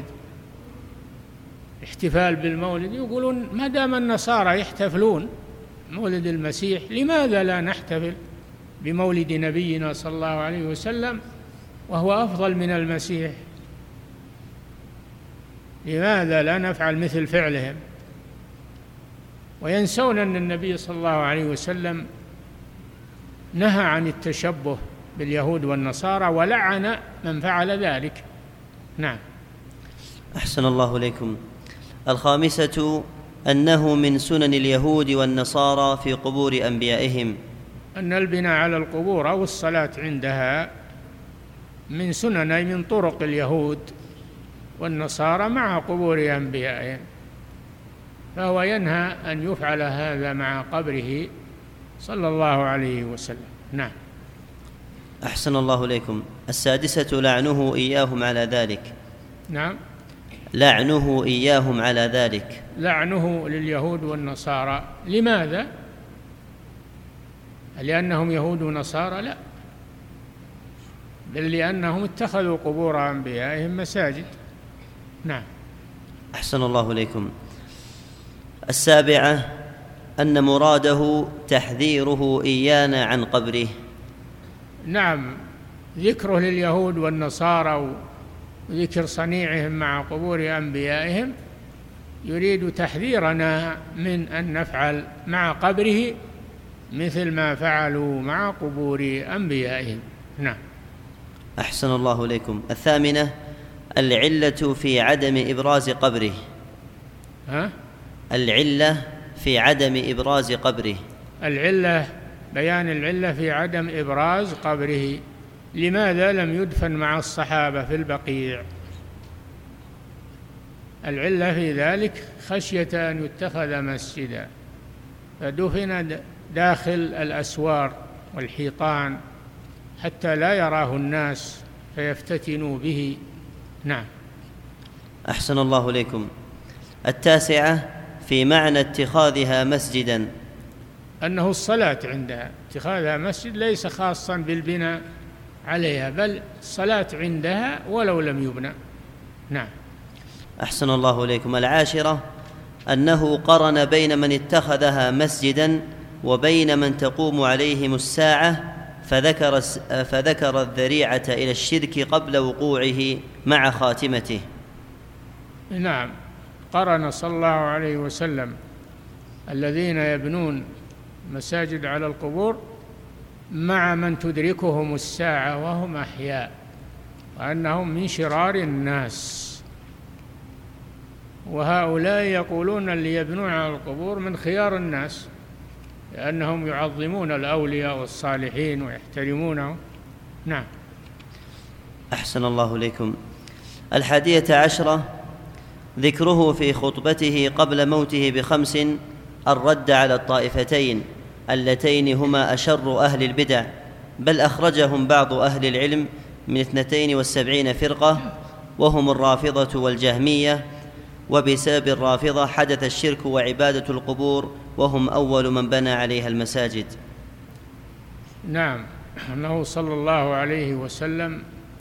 احتفال بالمولد، يقولون ما دام النصارى يحتفلون مولد المسيح لماذا لا نحتفل بمولد نبينا صلى الله عليه وسلم وهو أفضل من المسيح؟ لماذا لا نفعل مثل فعلهم؟ وينسون أن النبي صلى الله عليه وسلم نهى عن التشبه باليهود والنصارى ولعن من فعل ذلك. نعم. أحسن الله إليكم. الخامسة أنه من سنن اليهود والنصارى في قبور أنبيائهم، أن البناء على القبور أو الصلاة عندها من سنن أي من طرق اليهود والنصارى مع قبور أنبيائهم، فهو ينهى أن يفعل هذا مع قبره صلى الله عليه وسلم. نعم. أحسن الله إليكم. السادسة لعنه إياهم على ذلك. نعم. لعنه إياهم على ذلك. لعنه لليهود والنصارى. لماذا؟ لأنهم يهود ونصارى؟ لا، بل لأنهم اتخذوا قبور أنبيائهم مساجد. نعم. أحسن الله إليكم. السابعة أن مراده تحذيره إيانا عن قبره. نعم، ذكره لليهود والنصارى وذكر صنيعهم مع قبور أنبيائهم يريد تحذيرنا من أن نفعل مع قبره مثل ما فعلوا مع قبور أنبيائهم. نعم. أحسن الله إليكم. الثامنة العلة في عدم إبراز قبره. ها؟ العلة في عدم إبراز قبره. العلة بيان العلة في عدم إبراز قبره. لماذا لم يدفن مع الصحابة في البقيع؟ العلة في ذلك خشية أن يتخذ مسجدا فدفن داخل الأسوار والحيطان حتى لا يراه الناس فيفتتنوا به. نعم. أحسن الله إليكم. التاسعة في معنى اتخاذها مسجدا، أنه الصلاة عندها. اتخاذها مسجد ليس خاصا بالبناء عليها، بل الصلاة عندها ولو لم يبنى. نعم. أحسن الله إليكم. العاشرة أنه قرن بين من اتخذها مسجدا وبين من تقوم عليهم الساعة فذكر, فذكر الذريعة إلى الشرك قبل وقوعه مع خاتمته. نعم، قرن صلى الله عليه وسلم الذين يبنون مساجد على القبور مع من تدركهم الساعة وهم أحياء، وأنهم من شرار الناس. وهؤلاء يقولون اللي يبنون على القبور من خيار الناس لأنهم يعظمون الأولياء والصالحين ويحترمونهم. نعم. أحسن الله إليكم. الحادية عشرة ذكره في خطبته قبل موته بخمس الرد على الطائفتين اللتين هما أشر أهل البدع، بل أخرجهم بعض أهل العلم من اثنتين والسبعين فرقة وهم الرافضة والجهمية، وبسبب الرافضة حدث الشرك وعبادة القبور وهم أول من بنى عليها المساجد. نعم، أنه صلى الله عليه وسلم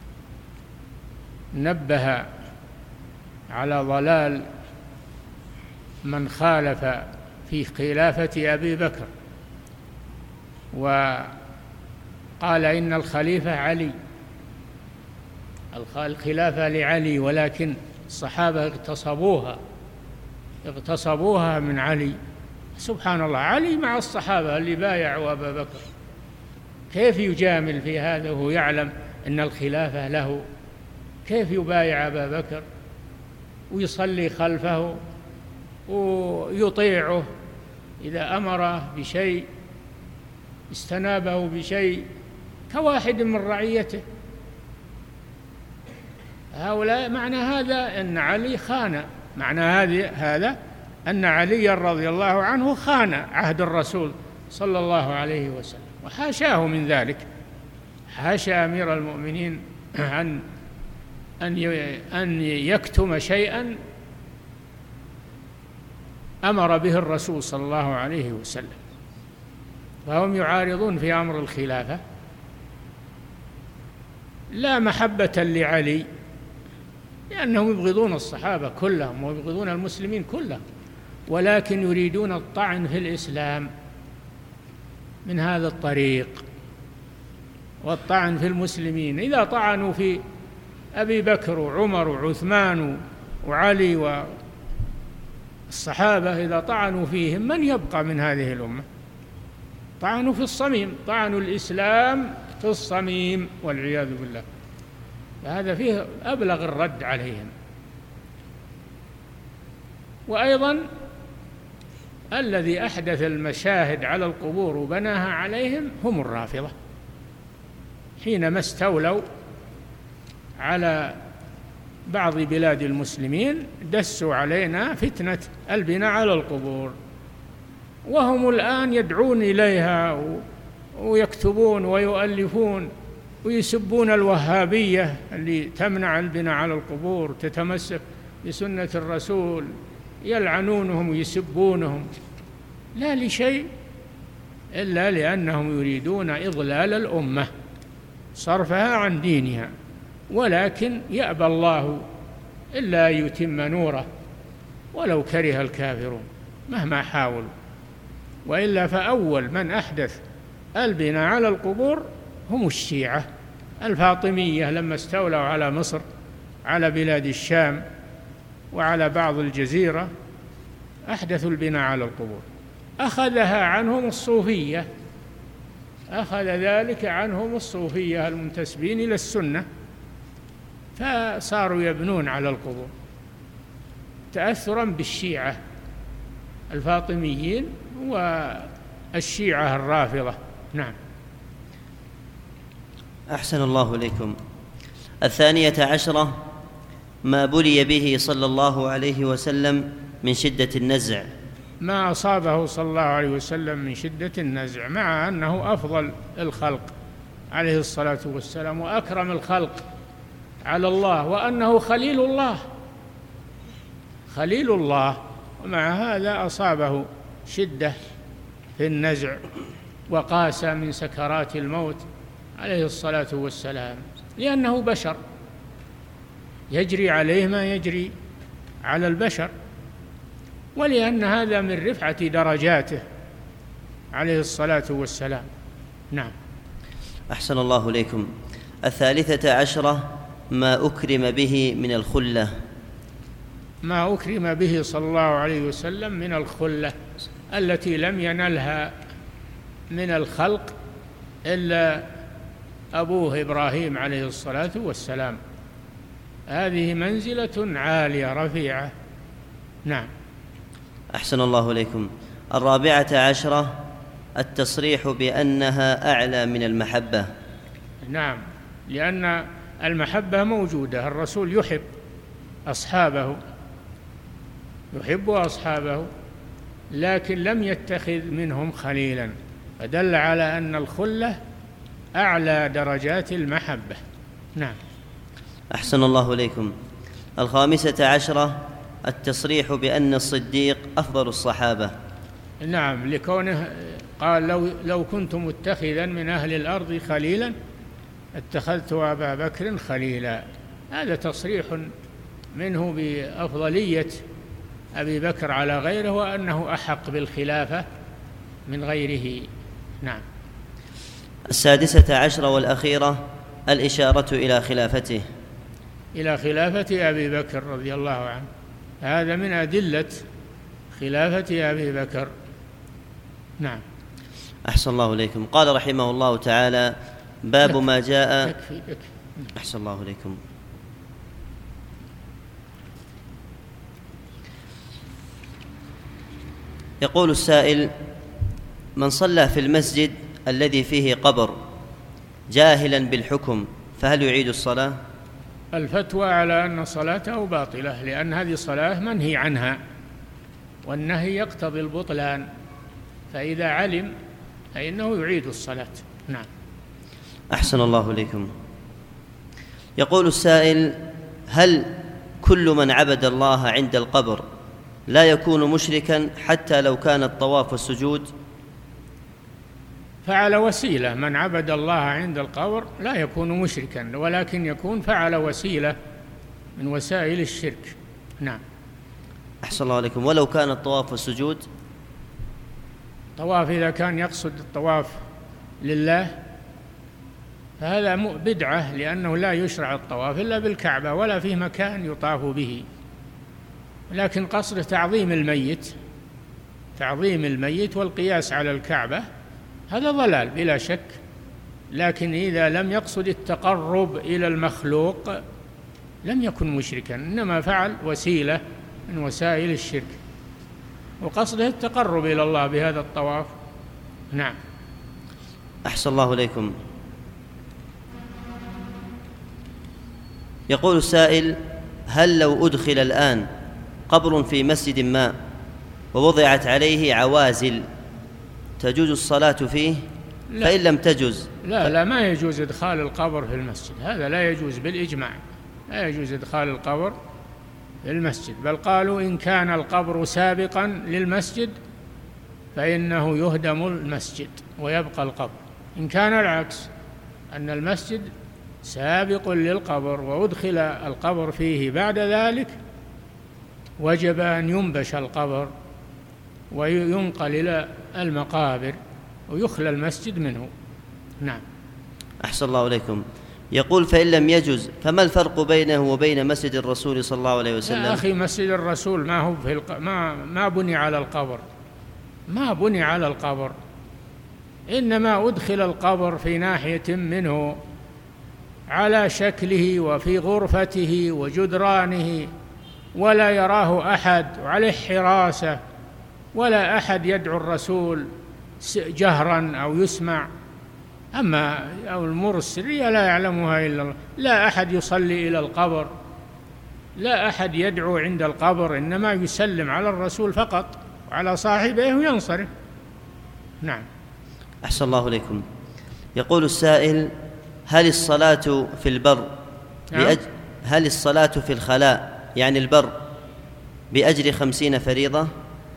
نبه على ضلال من خالف في خلافة أبي بكر، وقال إن الخليفة علي، الخلافة لعلي، ولكن الصحابة اغتصبوها اغتصبوها من علي. سبحان الله، علي مع الصحابة اللي بايعوا أبا بكر، كيف يجامل في هذا وهو يعلم أن الخلافة له؟ كيف يبايع أبا بكر ويصلي خلفه ويطيعه إذا أمره بشيء استنابه بشيء كواحد من رعيته؟ هؤلاء معنى هذا أن علي خان، معنى هذا أن علي رضي الله عنه خان عهد الرسول صلى الله عليه وسلم، وحاشاه من ذلك. حاشا أمير المؤمنين أن أن يكتم شيئا أمر به الرسول صلى الله عليه وسلم. فهم يعارضون في أمر الخلافة لا محبة لعلي، لأنهم يبغضون الصحابة كلهم ويبغضون المسلمين كلهم، ولكن يريدون الطعن في الإسلام من هذا الطريق والطعن في المسلمين. إذا طعنوا في أبي بكر وعمر وعثمان وعلي والصحابة، إذا طعنوا فيهم من يبقى من هذه الأمة؟ طعنوا في الصميم، طعنوا الإسلام في الصميم والعياذ بالله. فهذا فيه أبلغ الرد عليهم. وأيضا الذي أحدث المشاهد على القبور وبناها عليهم هم الرافضة، حينما استولوا على بعض بلاد المسلمين دسوا علينا فتنة البناء على القبور، وهم الآن يدعون إليها ويكتبون ويؤلفون ويسبون الوهابية اللي تمنع البناء على القبور، تتمسك بسنة الرسول، يلعنونهم ويسبونهم، لا لشيء إلا لأنهم يريدون إضلال الأمة، صرفها عن دينها. ولكن يأبى الله إلا يتم نوره ولو كره الكافرون مهما حاولوا. وإلا فأول من أحدث البناء على القبور هم الشيعة الفاطمية، لما استولوا على مصر، على بلاد الشام وعلى بعض الجزيرة، أحدثوا البناء على القبور. أخذها عنهم الصوفية، أخذ ذلك عنهم الصوفية المنتسبين إلى السنة، فصاروا يبنون على القبور تأثرا بالشيعة الفاطميين والشيعة الرافضة. نعم. أحسن الله إليكم. الثانية عشرة ما بلي به صلى الله عليه وسلم من شدة النزع، ما أصابه صلى الله عليه وسلم من شدة النزع، مع أنه أفضل الخلق عليه الصلاة والسلام وأكرم الخلق على الله، وأنه خليل الله خليل الله ومع هذا أصابه شدة في النزع وقاس من سكرات الموت عليه الصلاة والسلام، لأنه بشر يجري عليه ما يجري على البشر، ولأن هذا من رفعة درجاته عليه الصلاة والسلام. نعم. أحسن الله إليكم. الثالثة عشرة ما أكرم به من الخلة، ما أكرم به صلى الله عليه وسلم من الخلة التي لم ينلها من الخلق إلا أبوه إبراهيم عليه الصلاة والسلام. هذه منزلة عالية رفيعة. نعم. أحسن الله إليكم. الرابعة عشرة التصريح بأنها أعلى من المحبة. نعم، لأن المحبة موجودة، الرسول يحب أصحابه يحب أصحابه لكن لم يتخذ منهم خليلا، فدل على أن الخلة أعلى درجات المحبة. نعم. أحسن الله إليكم. الخامسة عشرة التصريح بأن الصديق أفضل الصحابة. نعم، لكونه قال لو, لو كنت متخذا من أهل الأرض خليلا اتخذت أبا بكر خليلا. هذا تصريح منه بأفضلية أبي بكر على غيره، وأنه أحق بالخلافة من غيره. نعم. السادسة عشرة والأخيرة الإشارة إلى خلافته إلى خلافة أبي بكر رضي الله عنه. هذا من أدلة خلافة أبي بكر. نعم. أحسن الله إليكم. قال رحمه الله تعالى: باب ما جاء يكفي يكفي. أحسن الله إليكم. يقول السائل: من صلى في المسجد الذي فيه قبر جاهلا بالحكم فهل يعيد الصلاة؟ الفتوى على أن صلاته باطلة، لأن هذه صلاة منهي عنها، والنهي يقتضي البطلان، فإذا علم فإنه يعيد الصلاة. نعم. أحسن الله إليكم. يقول السائل: هل كل من عبد الله عند القبر لا يكون مشركا حتى لو كان الطواف والسجود؟ فعل وسيلة. من عبد الله عند القبر لا يكون مشركا، ولكن يكون فعل وسيلة من وسائل الشرك. نعم. أحسن الله عليكم. ولو كان الطواف والسجود؟ طواف إذا كان يقصد الطواف لله فهذا بدعة، لأنه لا يشرع الطواف إلا بالكعبة ولا في مكان يطاف به، لكن قصد تعظيم الميت، تعظيم الميت والقياس على الكعبة هذا ضلال بلا شك. لكن إذا لم يقصد التقرب إلى المخلوق لم يكن مشركا، إنما فعل وسيلة من وسائل الشرك، وقصده التقرب إلى الله بهذا الطواف. نعم. أحسن الله إليكم. يقول السائل: هل لو أدخل الآن قبر في مسجد ما ووضعت عليه عوازل تجوز الصلاة فيه؟ لا. فإن لم تجوز لا لا ما يجوز إدخال القبر في المسجد، هذا لا يجوز بالإجماع، لا يجوز إدخال القبر في المسجد. بل قالوا إن كان القبر سابقا للمسجد فإنه يهدم المسجد ويبقى القبر. إن كان العكس، أن المسجد سابق للقبر وأدخل القبر فيه بعد ذلك، وجب أن ينبش القبر وينقل إلى المقابر ويخلى المسجد منه. نعم. أحسن الله إليكم. يقول: فإن لم يجوز فما الفرق بينه وبين مسجد الرسول صلى الله عليه وسلم؟ يا أخي مسجد الرسول ما هو في الق... ما ما بني على القبر، ما بني على القبر، إنما أدخل القبر في ناحية منه على شكله وفي غرفته وجدرانه، ولا يراه أحد، وعليه حراسة، ولا أحد يدعو الرسول جهرا أو يسمع. أما أو الأمور السرية لا يعلمها إلا الله. لا أحد يصلي إلى القبر، لا أحد يدعو عند القبر، إنما يسلم على الرسول فقط وعلى صاحبه وينصرف. نعم. أحسن الله إليكم. يقول السائل: هل الصلاة في البر بأج... هل الصلاة في الخلاء يعني البر بأجر خمسين فريضة؟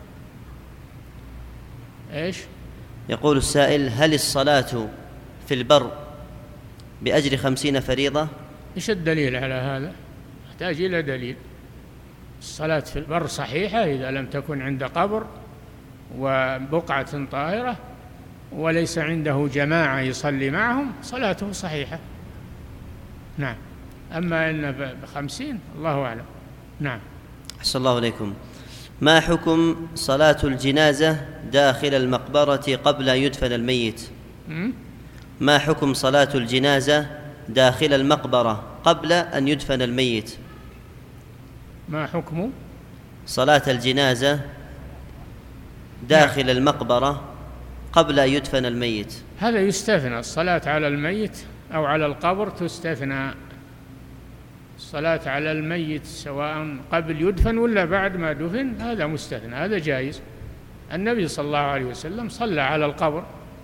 إيش؟ يقول السائل: هل الصلاة في البر بأجر خمسين فريضة؟ إيش الدليل على هذا؟ يحتاج إلى دليل. الصلاة في البر صحيحة إذا لم تكن عند قبر وبقعة طاهرة وليس عنده جماعة يصلي معهم، صلاته صحيحة. نعم. أما إن بخمسين الله أعلم. نعم. أحسن الله إليكم. ما حكم صلاة الجنازة داخل المقبرة قبل أن يدفن الميت؟ م? ما حكم صلاة الجنازة داخل المقبرة قبل أن يدفن الميت؟ ما حكم صلاة الجنازة داخل نعم. المقبرة قبل أن يدفن الميت؟ هذا يستثنى، الصلاة على الميت أو على القبر تستثنى. الصلاة على الميت سواء قبل يدفن ولا بعد ما دفن هذا مستثنى، هذا جائز. النبي صلى الله عليه وسلم صلى على القبر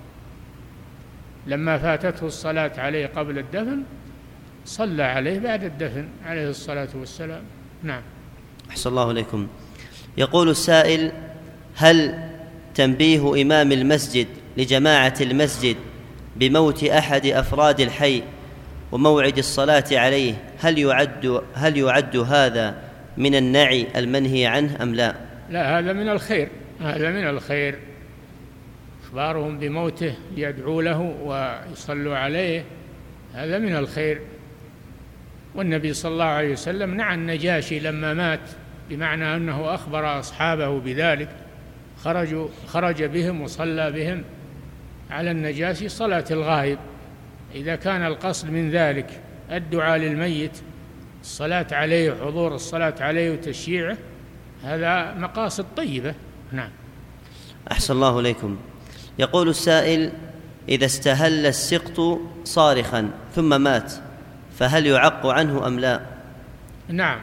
لما فاتته الصلاة عليه قبل الدفن، صلى عليه بعد الدفن عليه الصلاة والسلام. نعم. أحسن الله إليكم. يقول السائل: هل تنبيه إمام المسجد لجماعة المسجد بموت أحد أفراد الحي وموعد الصلاة عليه هل يعد هل يعد هذا من النعي المنهي عنه أم لا؟ لا، هذا من الخير، هذا من الخير. إخبارهم بموته ليدعوا له ويصلوا عليه هذا من الخير. والنبي صلى الله عليه وسلم نعى النجاشي لما مات، بمعنى أنه أخبر أصحابه بذلك، خرجوا خرج بهم وصلى بهم على النجاشي صلاة الغائب. إذا كان القصد من ذلك الدعاء للميت، الصلاة عليه وحضور الصلاة عليه وتشييعه، هذا مقاصد طيبة. نعم. أحسن الله إليكم. يقول السائل: إذا استهل السقط صارخا ثم مات فهل يعق عنه أم لا؟ نعم،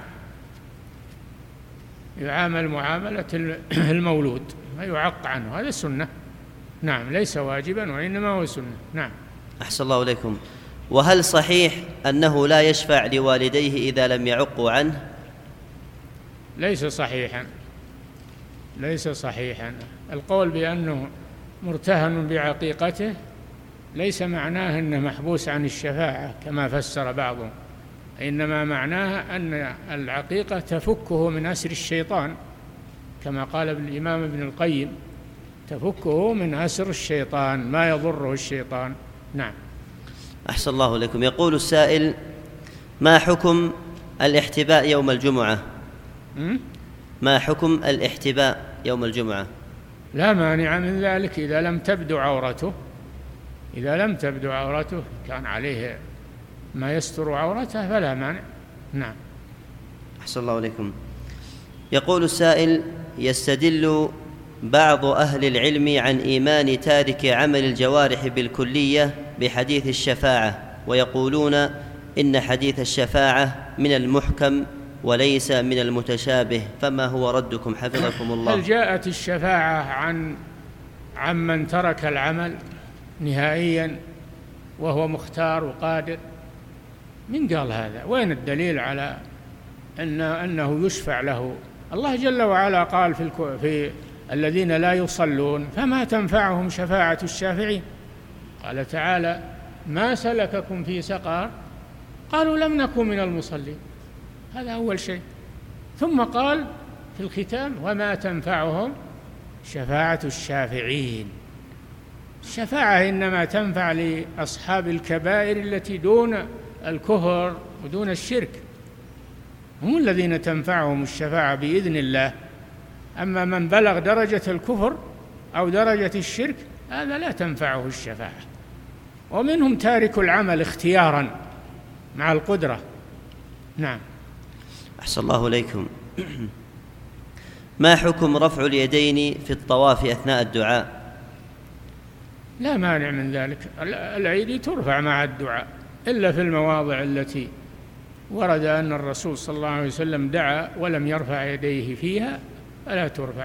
يعامل معاملة المولود ويعق عنه، هذا سنة. نعم، ليس واجبا وإنما هو سنة. نعم. أحسن الله إليكم. وهل صحيح أنه لا يشفع لوالديه إذا لم يعقوا عنه؟ ليس صحيحا، ليس صحيحا. القول بأنه مرتهن بعقيقته ليس معناه أنه محبوس عن الشفاعة كما فسر بعضهم، إنما معناها أن العقيقة تفكه من أسر الشيطان، كما قال الإمام ابن القيم: تفكه من أسر الشيطان، ما يضره الشيطان. نعم. أحسن الله لكم. يقول السائل: ما حكم الاحتباء يوم الجمعة؟ م? ما حكم الاحتباء يوم الجمعة؟ لا مانع من ذلك إذا لم تبدو عورته، إذا لم تبدو عورته كان عليه ما يستر عورته فلا مانع. نعم. أحسن الله عليكم. يقول السائل: يستدل بعض أهل العلم عن إيمان تارك عمل الجوارح بالكلية بحديث الشفاعة، ويقولون إن حديث الشفاعة من المحكم وليس من المتشابه، فما هو ردكم حفظكم الله؟ هل جاءت الشفاعة عن عمن ترك العمل نهائيا وهو مختار وقادر؟ من قال هذا؟ وين الدليل على أن أنه يشفع له؟ الله جل وعلا قال في, في الذين لا يصلون فما تنفعهم شفاعة الشافعين. قال تعالى: ما سلككم في سقر؟ قالوا لم نكن من المصلين. هذا أول شيء. ثم قال في الختام: وما تنفعهم شفاعة الشافعين. الشفاعة إنما تنفع لأصحاب الكبائر التي دون الكفر ودون الشرك، هم الذين تنفعهم الشفاعة بإذن الله. أما من بلغ درجة الكفر أو درجة الشرك هذا لا تنفعه الشفاعة. ومنهم تارك العمل اختيارا مع القدرة. نعم. أحسن الله إليكم. ما حكم رفع اليدين في الطواف أثناء الدعاء؟ لا مانع من ذلك، الأيدي ترفع مع الدعاء إلا في المواضع التي ورد أن الرسول صلى الله عليه وسلم دعا ولم يرفع يديه فيها فلا ترفع،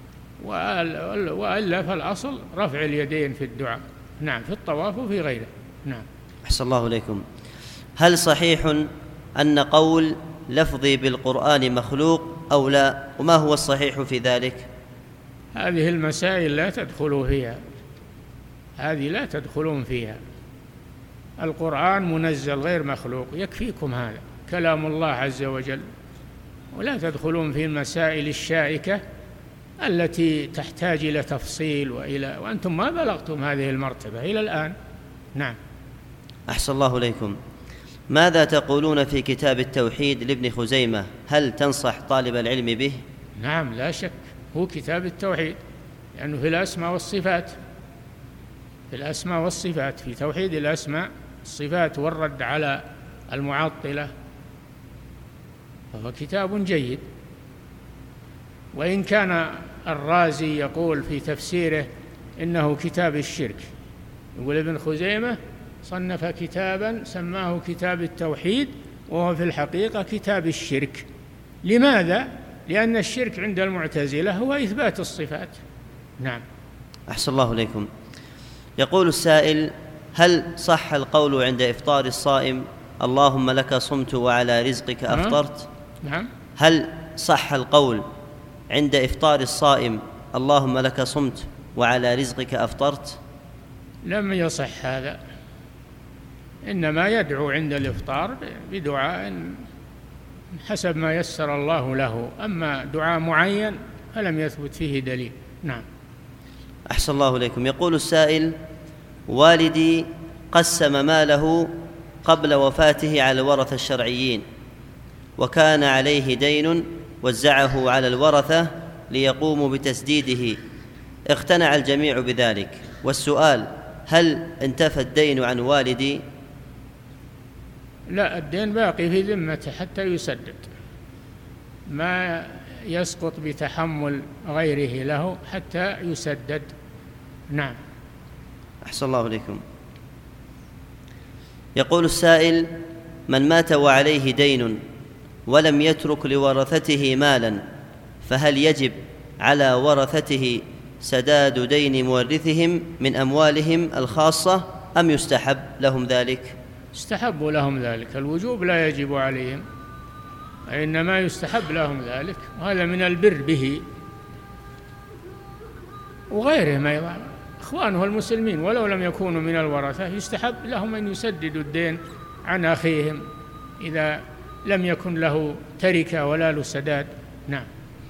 وإلا فالأصل رفع اليدين في الدعاء. نعم، في الطواف وفي غيره. نعم. أحسن الله إليكم. هل صحيح أن قول لفظي بالقرآن مخلوق أو لا؟ وما هو الصحيح في ذلك؟ هذه المسائل لا تدخلوا فيها، هذه لا تدخلون فيها. القرآن منزل غير مخلوق، يكفيكم هذا كلام الله عز وجل، ولا تدخلون في المسائل الشائكة التي تحتاج إلى تفصيل وإلى وأنتم ما بلغتم هذه المرتبة إلى الآن. نعم. أحسن الله إليكم. ماذا تقولون في كتاب التوحيد لابن خزيمة؟ هل تنصح طالب العلم به؟ نعم لا شك، هو كتاب التوحيد لأنه يعني في الأسماء والصفات، في الأسماء والصفات، في توحيد الأسماء والصفات والرد على المعطلة، فهو كتاب جيد. وإن كان الرازي يقول في تفسيره إنه كتاب الشرك، يقول ابن خزيمة صنف كتابا سماه كتاب التوحيد وهو في الحقيقة كتاب الشرك. لماذا؟ لأن الشرك عند المعتزلة هو إثبات الصفات. نعم. أحسن الله إليكم. يقول السائل: هل صح القول عند إفطار الصائم اللهم لك صمت وعلى رزقك أفطرت؟ نعم. هل صح القول عند إفطار الصائم اللهم لك صمت وعلى رزقك أفطرت؟ لم يصح هذا، إنما يدعو عند الإفطار بدعاء حسب ما يسر الله له، أما دعاء معين فلم يثبت فيه دليل. نعم. أحسن الله إليكم. يقول السائل: والدي قسم ماله قبل وفاته على الورثة الشرعيين، وكان عليه دين وزعه على الورثة ليقوموا بتسديده، اقتنع الجميع بذلك، والسؤال: هل انتفى الدين عن والدي؟ لا، الدين باقي في ذمته حتى يسدد، ما يسقط بتحمل غيره له حتى يسدد. نعم. أحسن الله إليكم. يقول السائل: من مات وعليه دين ولم يترك لورثته مالا، فهل يجب على ورثته سداد دين مورثهم من أموالهم الخاصة أم يستحب لهم ذلك؟ يستحب لهم ذلك، الوجوب لا يجب عليهم، إنما يستحب لهم ذلك، وهذا من البر به وغيرهم أيضا. إخوانه المسلمين ولو لم يكونوا من الورثة يستحب لهم أن يسددوا الدين عن أخيهم إذا لم يكن له تركة ولا له سداد. نعم.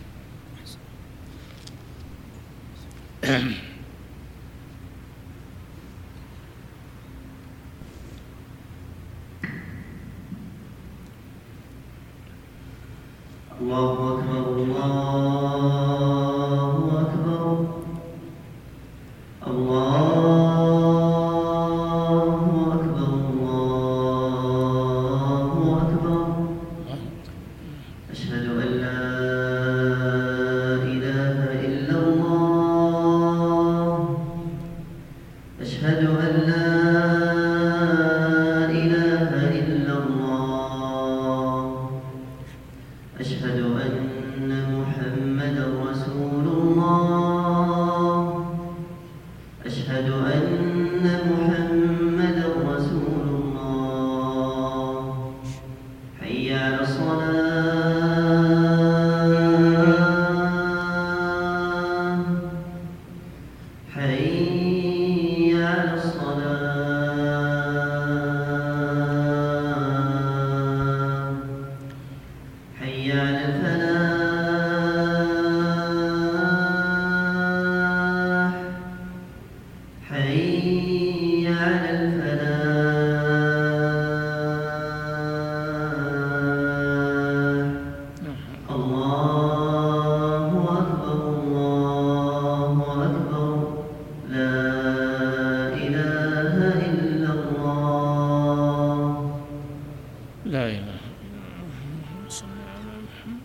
الله أكبر الله أكبر الله أكبر الله أكبر أشهد أن لا إله إلا الله أشهد أن لا إله إلا الله أشهد أن محمدًا رسول الله أشهد أن محمدًا رسول الله حي على الصلاة حي على الصلاة حي على الفلاح حي على الفلاح الله أكبر الله أكبر لا إله إلا الله. لا إله إلا الله. صل على محمد.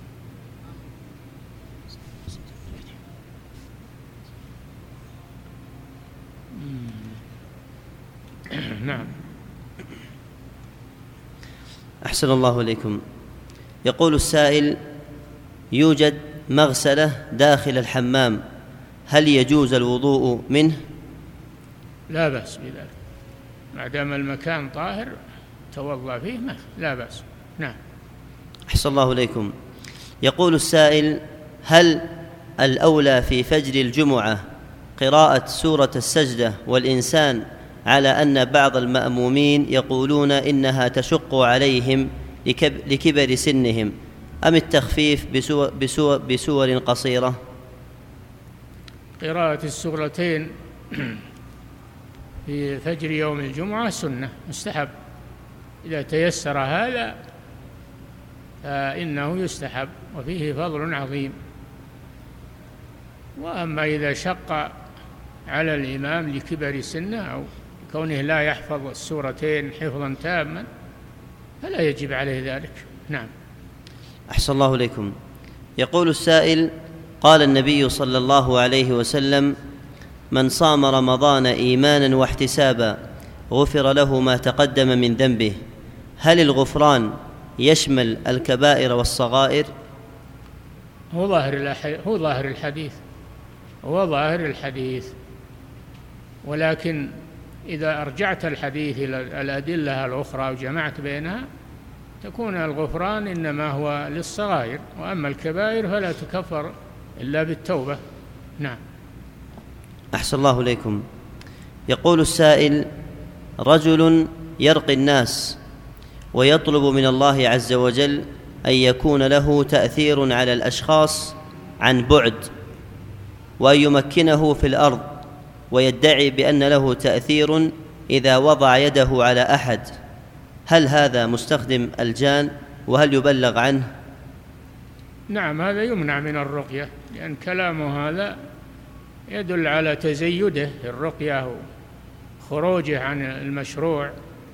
نعم. أحسن الله إليكم. يقول السائل: يوجد مغسلة داخل الحمام، هل يجوز الوضوء منه؟ لا بأس بذلك ما دام المكان طاهر توضأ فيه ما لا بأس. نعم. أحسن الله إليكم. يقول السائل: هل الأولى في فجر الجمعة قراءة سورة السجدة والإنسان، على أن بعض المأمومين يقولون إنها تشق عليهم لكبر سنهم، أم التخفيف بسور, بسور, بسور قصيرة؟ قراءة السورتين في فجر يوم الجمعة سنة مستحب، إذا تيسر هذا فإنه يستحب وفيه فضل عظيم. وأما إذا شق على الإمام لكبر سنه أو كونه لا يحفظ السورتين حفظا تاما فلا يجب عليه ذلك. نعم. أحسن الله إليكم. يقول السائل: قال النبي صلى الله عليه وسلم: من صام رمضان إيمانا واحتسابا غفر له ما تقدم من ذنبه، هل الغفران يشمل الكبائر والصغائر؟ هو ظاهر هو ظاهر الحديث هو ظاهر الحديث ولكن إذا أرجعت الحديث إلى الأدلة الأخرى وجمعت بينها تكون الغفران إنما هو للصغائر، وأما الكبائر فلا تكفر إلا بالتوبة. نعم. أحسن الله إليكم. يقول السائل: رجل يرقي الناس ويطلب من الله عز وجل أن يكون له تأثير على الأشخاص عن بعد، وأن يمكنه في الأرض، ويدعي بأن له تأثير إذا وضع يده على أحد، هل هذا مستخدم الجان وهل يبلغ عنه؟ نعم، هذا يمنع من الرقية، لأن كلامه هذا يدل على تزيده في الرقية وخروجه عن المشروع،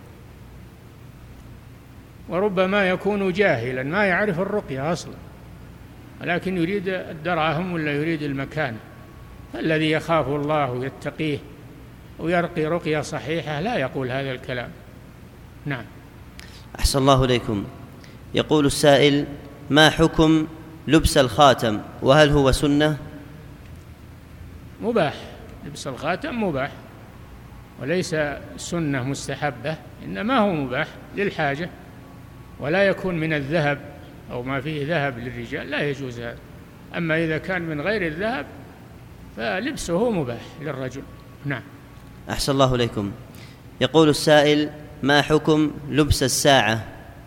وربما يكون جاهلا ما يعرف الرقية أصلا، ولكن يريد الدراهم ولا يريد المكان. فالذي يخاف الله ويتقيه ويرقي رقية صحيحة لا يقول هذا الكلام. نعم. أحسن الله إليكم. يقول السائل: ما حكم لبس الخاتم، وهل هو سنة؟ مباح، لبس الخاتم مباح وليس سنة مستحبة، إنما هو مباح للحاجة، ولا يكون من الذهب أو ما فيه ذهب للرجال لا يجوز هذا. أما إذا كان من غير الذهب فلبسه مباح للرجل. نعم. أحسن الله إليكم. يقول السائل: ما حكم لبس الساعة؟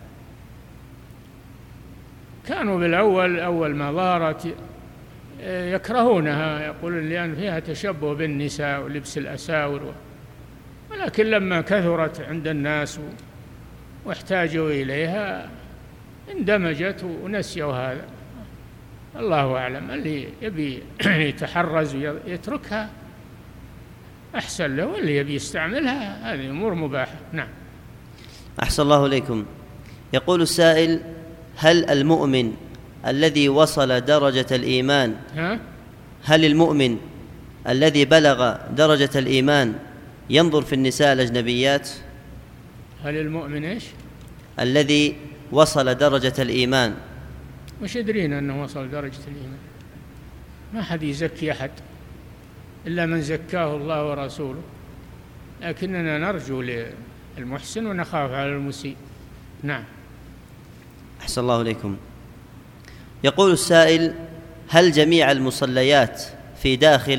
كانوا بالأول أول ما ظهرت يكرهونها، يقولون لأن فيها تشبه بالنساء ولبس الأساور، ولكن لما كثرت عند الناس واحتاجوا إليها اندمجت ونسيوا هذا. الله أعلم. اللي يبي يتحرز ويتركها أحسن له، واللي يبي يستعملها هذه أمور مباحة. نعم. أحسن الله إليكم. يقول السائل: هل المؤمن الذي وصل درجة الإيمان ها؟ هل المؤمن الذي بلغ درجة الإيمان ينظر في النساء الأجنبيات؟ هل المؤمن إيش؟ الذي وصل درجة الإيمان. وش يدرين أنه وصل درجة الإيمان؟ ما حد يزكي أحد إلا من زكاه الله ورسوله، لكننا نرجو للمحسن ونخاف على المسيء. نعم. أحسن الله إليكم. يقول السائل: هل جميع المصليات في داخل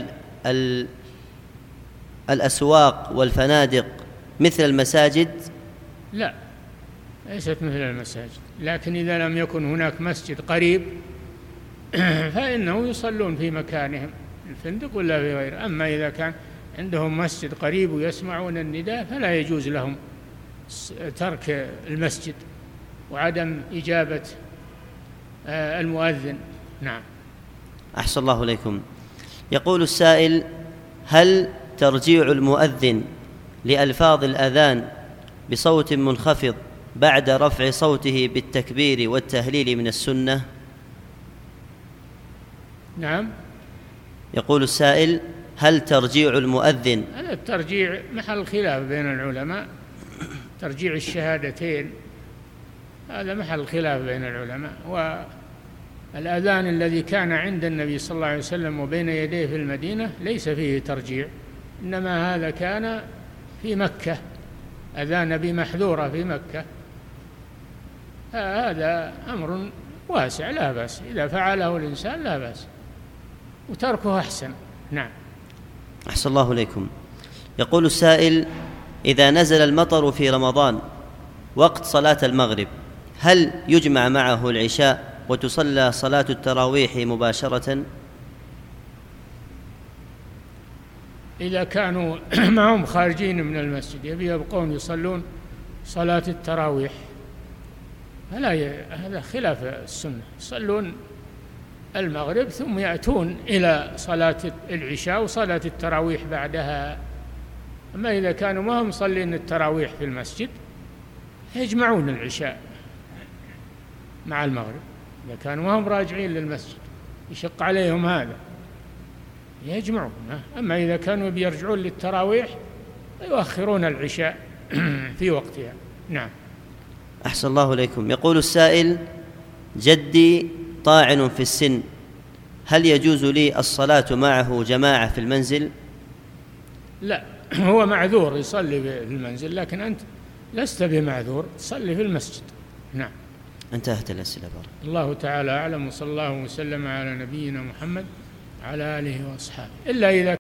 الأسواق والفنادق مثل المساجد؟ لا، ليست مثل المساجد، لكن إذا لم يكن هناك مسجد قريب فإنهم يصلون في مكانهم الفندق ولا في غيره. أما إذا كان عندهم مسجد قريب ويسمعون النداء فلا يجوز لهم ترك المسجد وعدم إجابة المؤذن. نعم. أحسن الله إليكم. يقول السائل: هل ترجيع المؤذن لألفاظ الأذان بصوت منخفض بعد رفع صوته بالتكبير والتهليل من السنة؟ نعم. يقول السائل: هل ترجيع المؤذن؟ هذا الترجيع محل خلاف بين العلماء، ترجيع الشهادتين هذا محل خلاف بين العلماء. والأذان الذي كان عند النبي صلى الله عليه وسلم وبين يديه في المدينة ليس فيه ترجيع، إنما هذا كان في مكة، أذان بمحذورة في مكة. هذا أمر واسع لا بأس، إذا فعله الإنسان لا بأس، وتركه أحسن. نعم. أحسن الله إليكم. يقول السائل: إذا نزل المطر في رمضان وقت صلاة المغرب هل يجمع معه العشاء وتصلى صلاة التراويح مباشرة؟ إذا كانوا معهم خارجين من المسجد يبي يبقون يصلون صلاة التراويح فلا ي... هذا خلاف السنة، يصلون المغرب ثم يأتون إلى صلاة العشاء وصلاة التراويح بعدها. أما إذا كانوا ما هم مصلين التراويح في المسجد يجمعون العشاء مع المغرب، إذا كانوا ما هم راجعين للمسجد يشق عليهم هذا يجمعون. أما إذا كانوا بيرجعون للتراويح يؤخرون العشاء في وقتها. نعم. أحسن الله إليكم. يقول السائل: جدي طاعن في السن، هل يجوز لي الصلاة معه جماعة في المنزل؟ لا، هو معذور يصلي في المنزل، لكن أنت لست بمعذور، تصلي في المسجد. نعم. انتهت الأسئلة. بارك الله تعالى أعلم، وصلى الله وسلم على نبينا محمد على آله وأصحابه. إلا إذا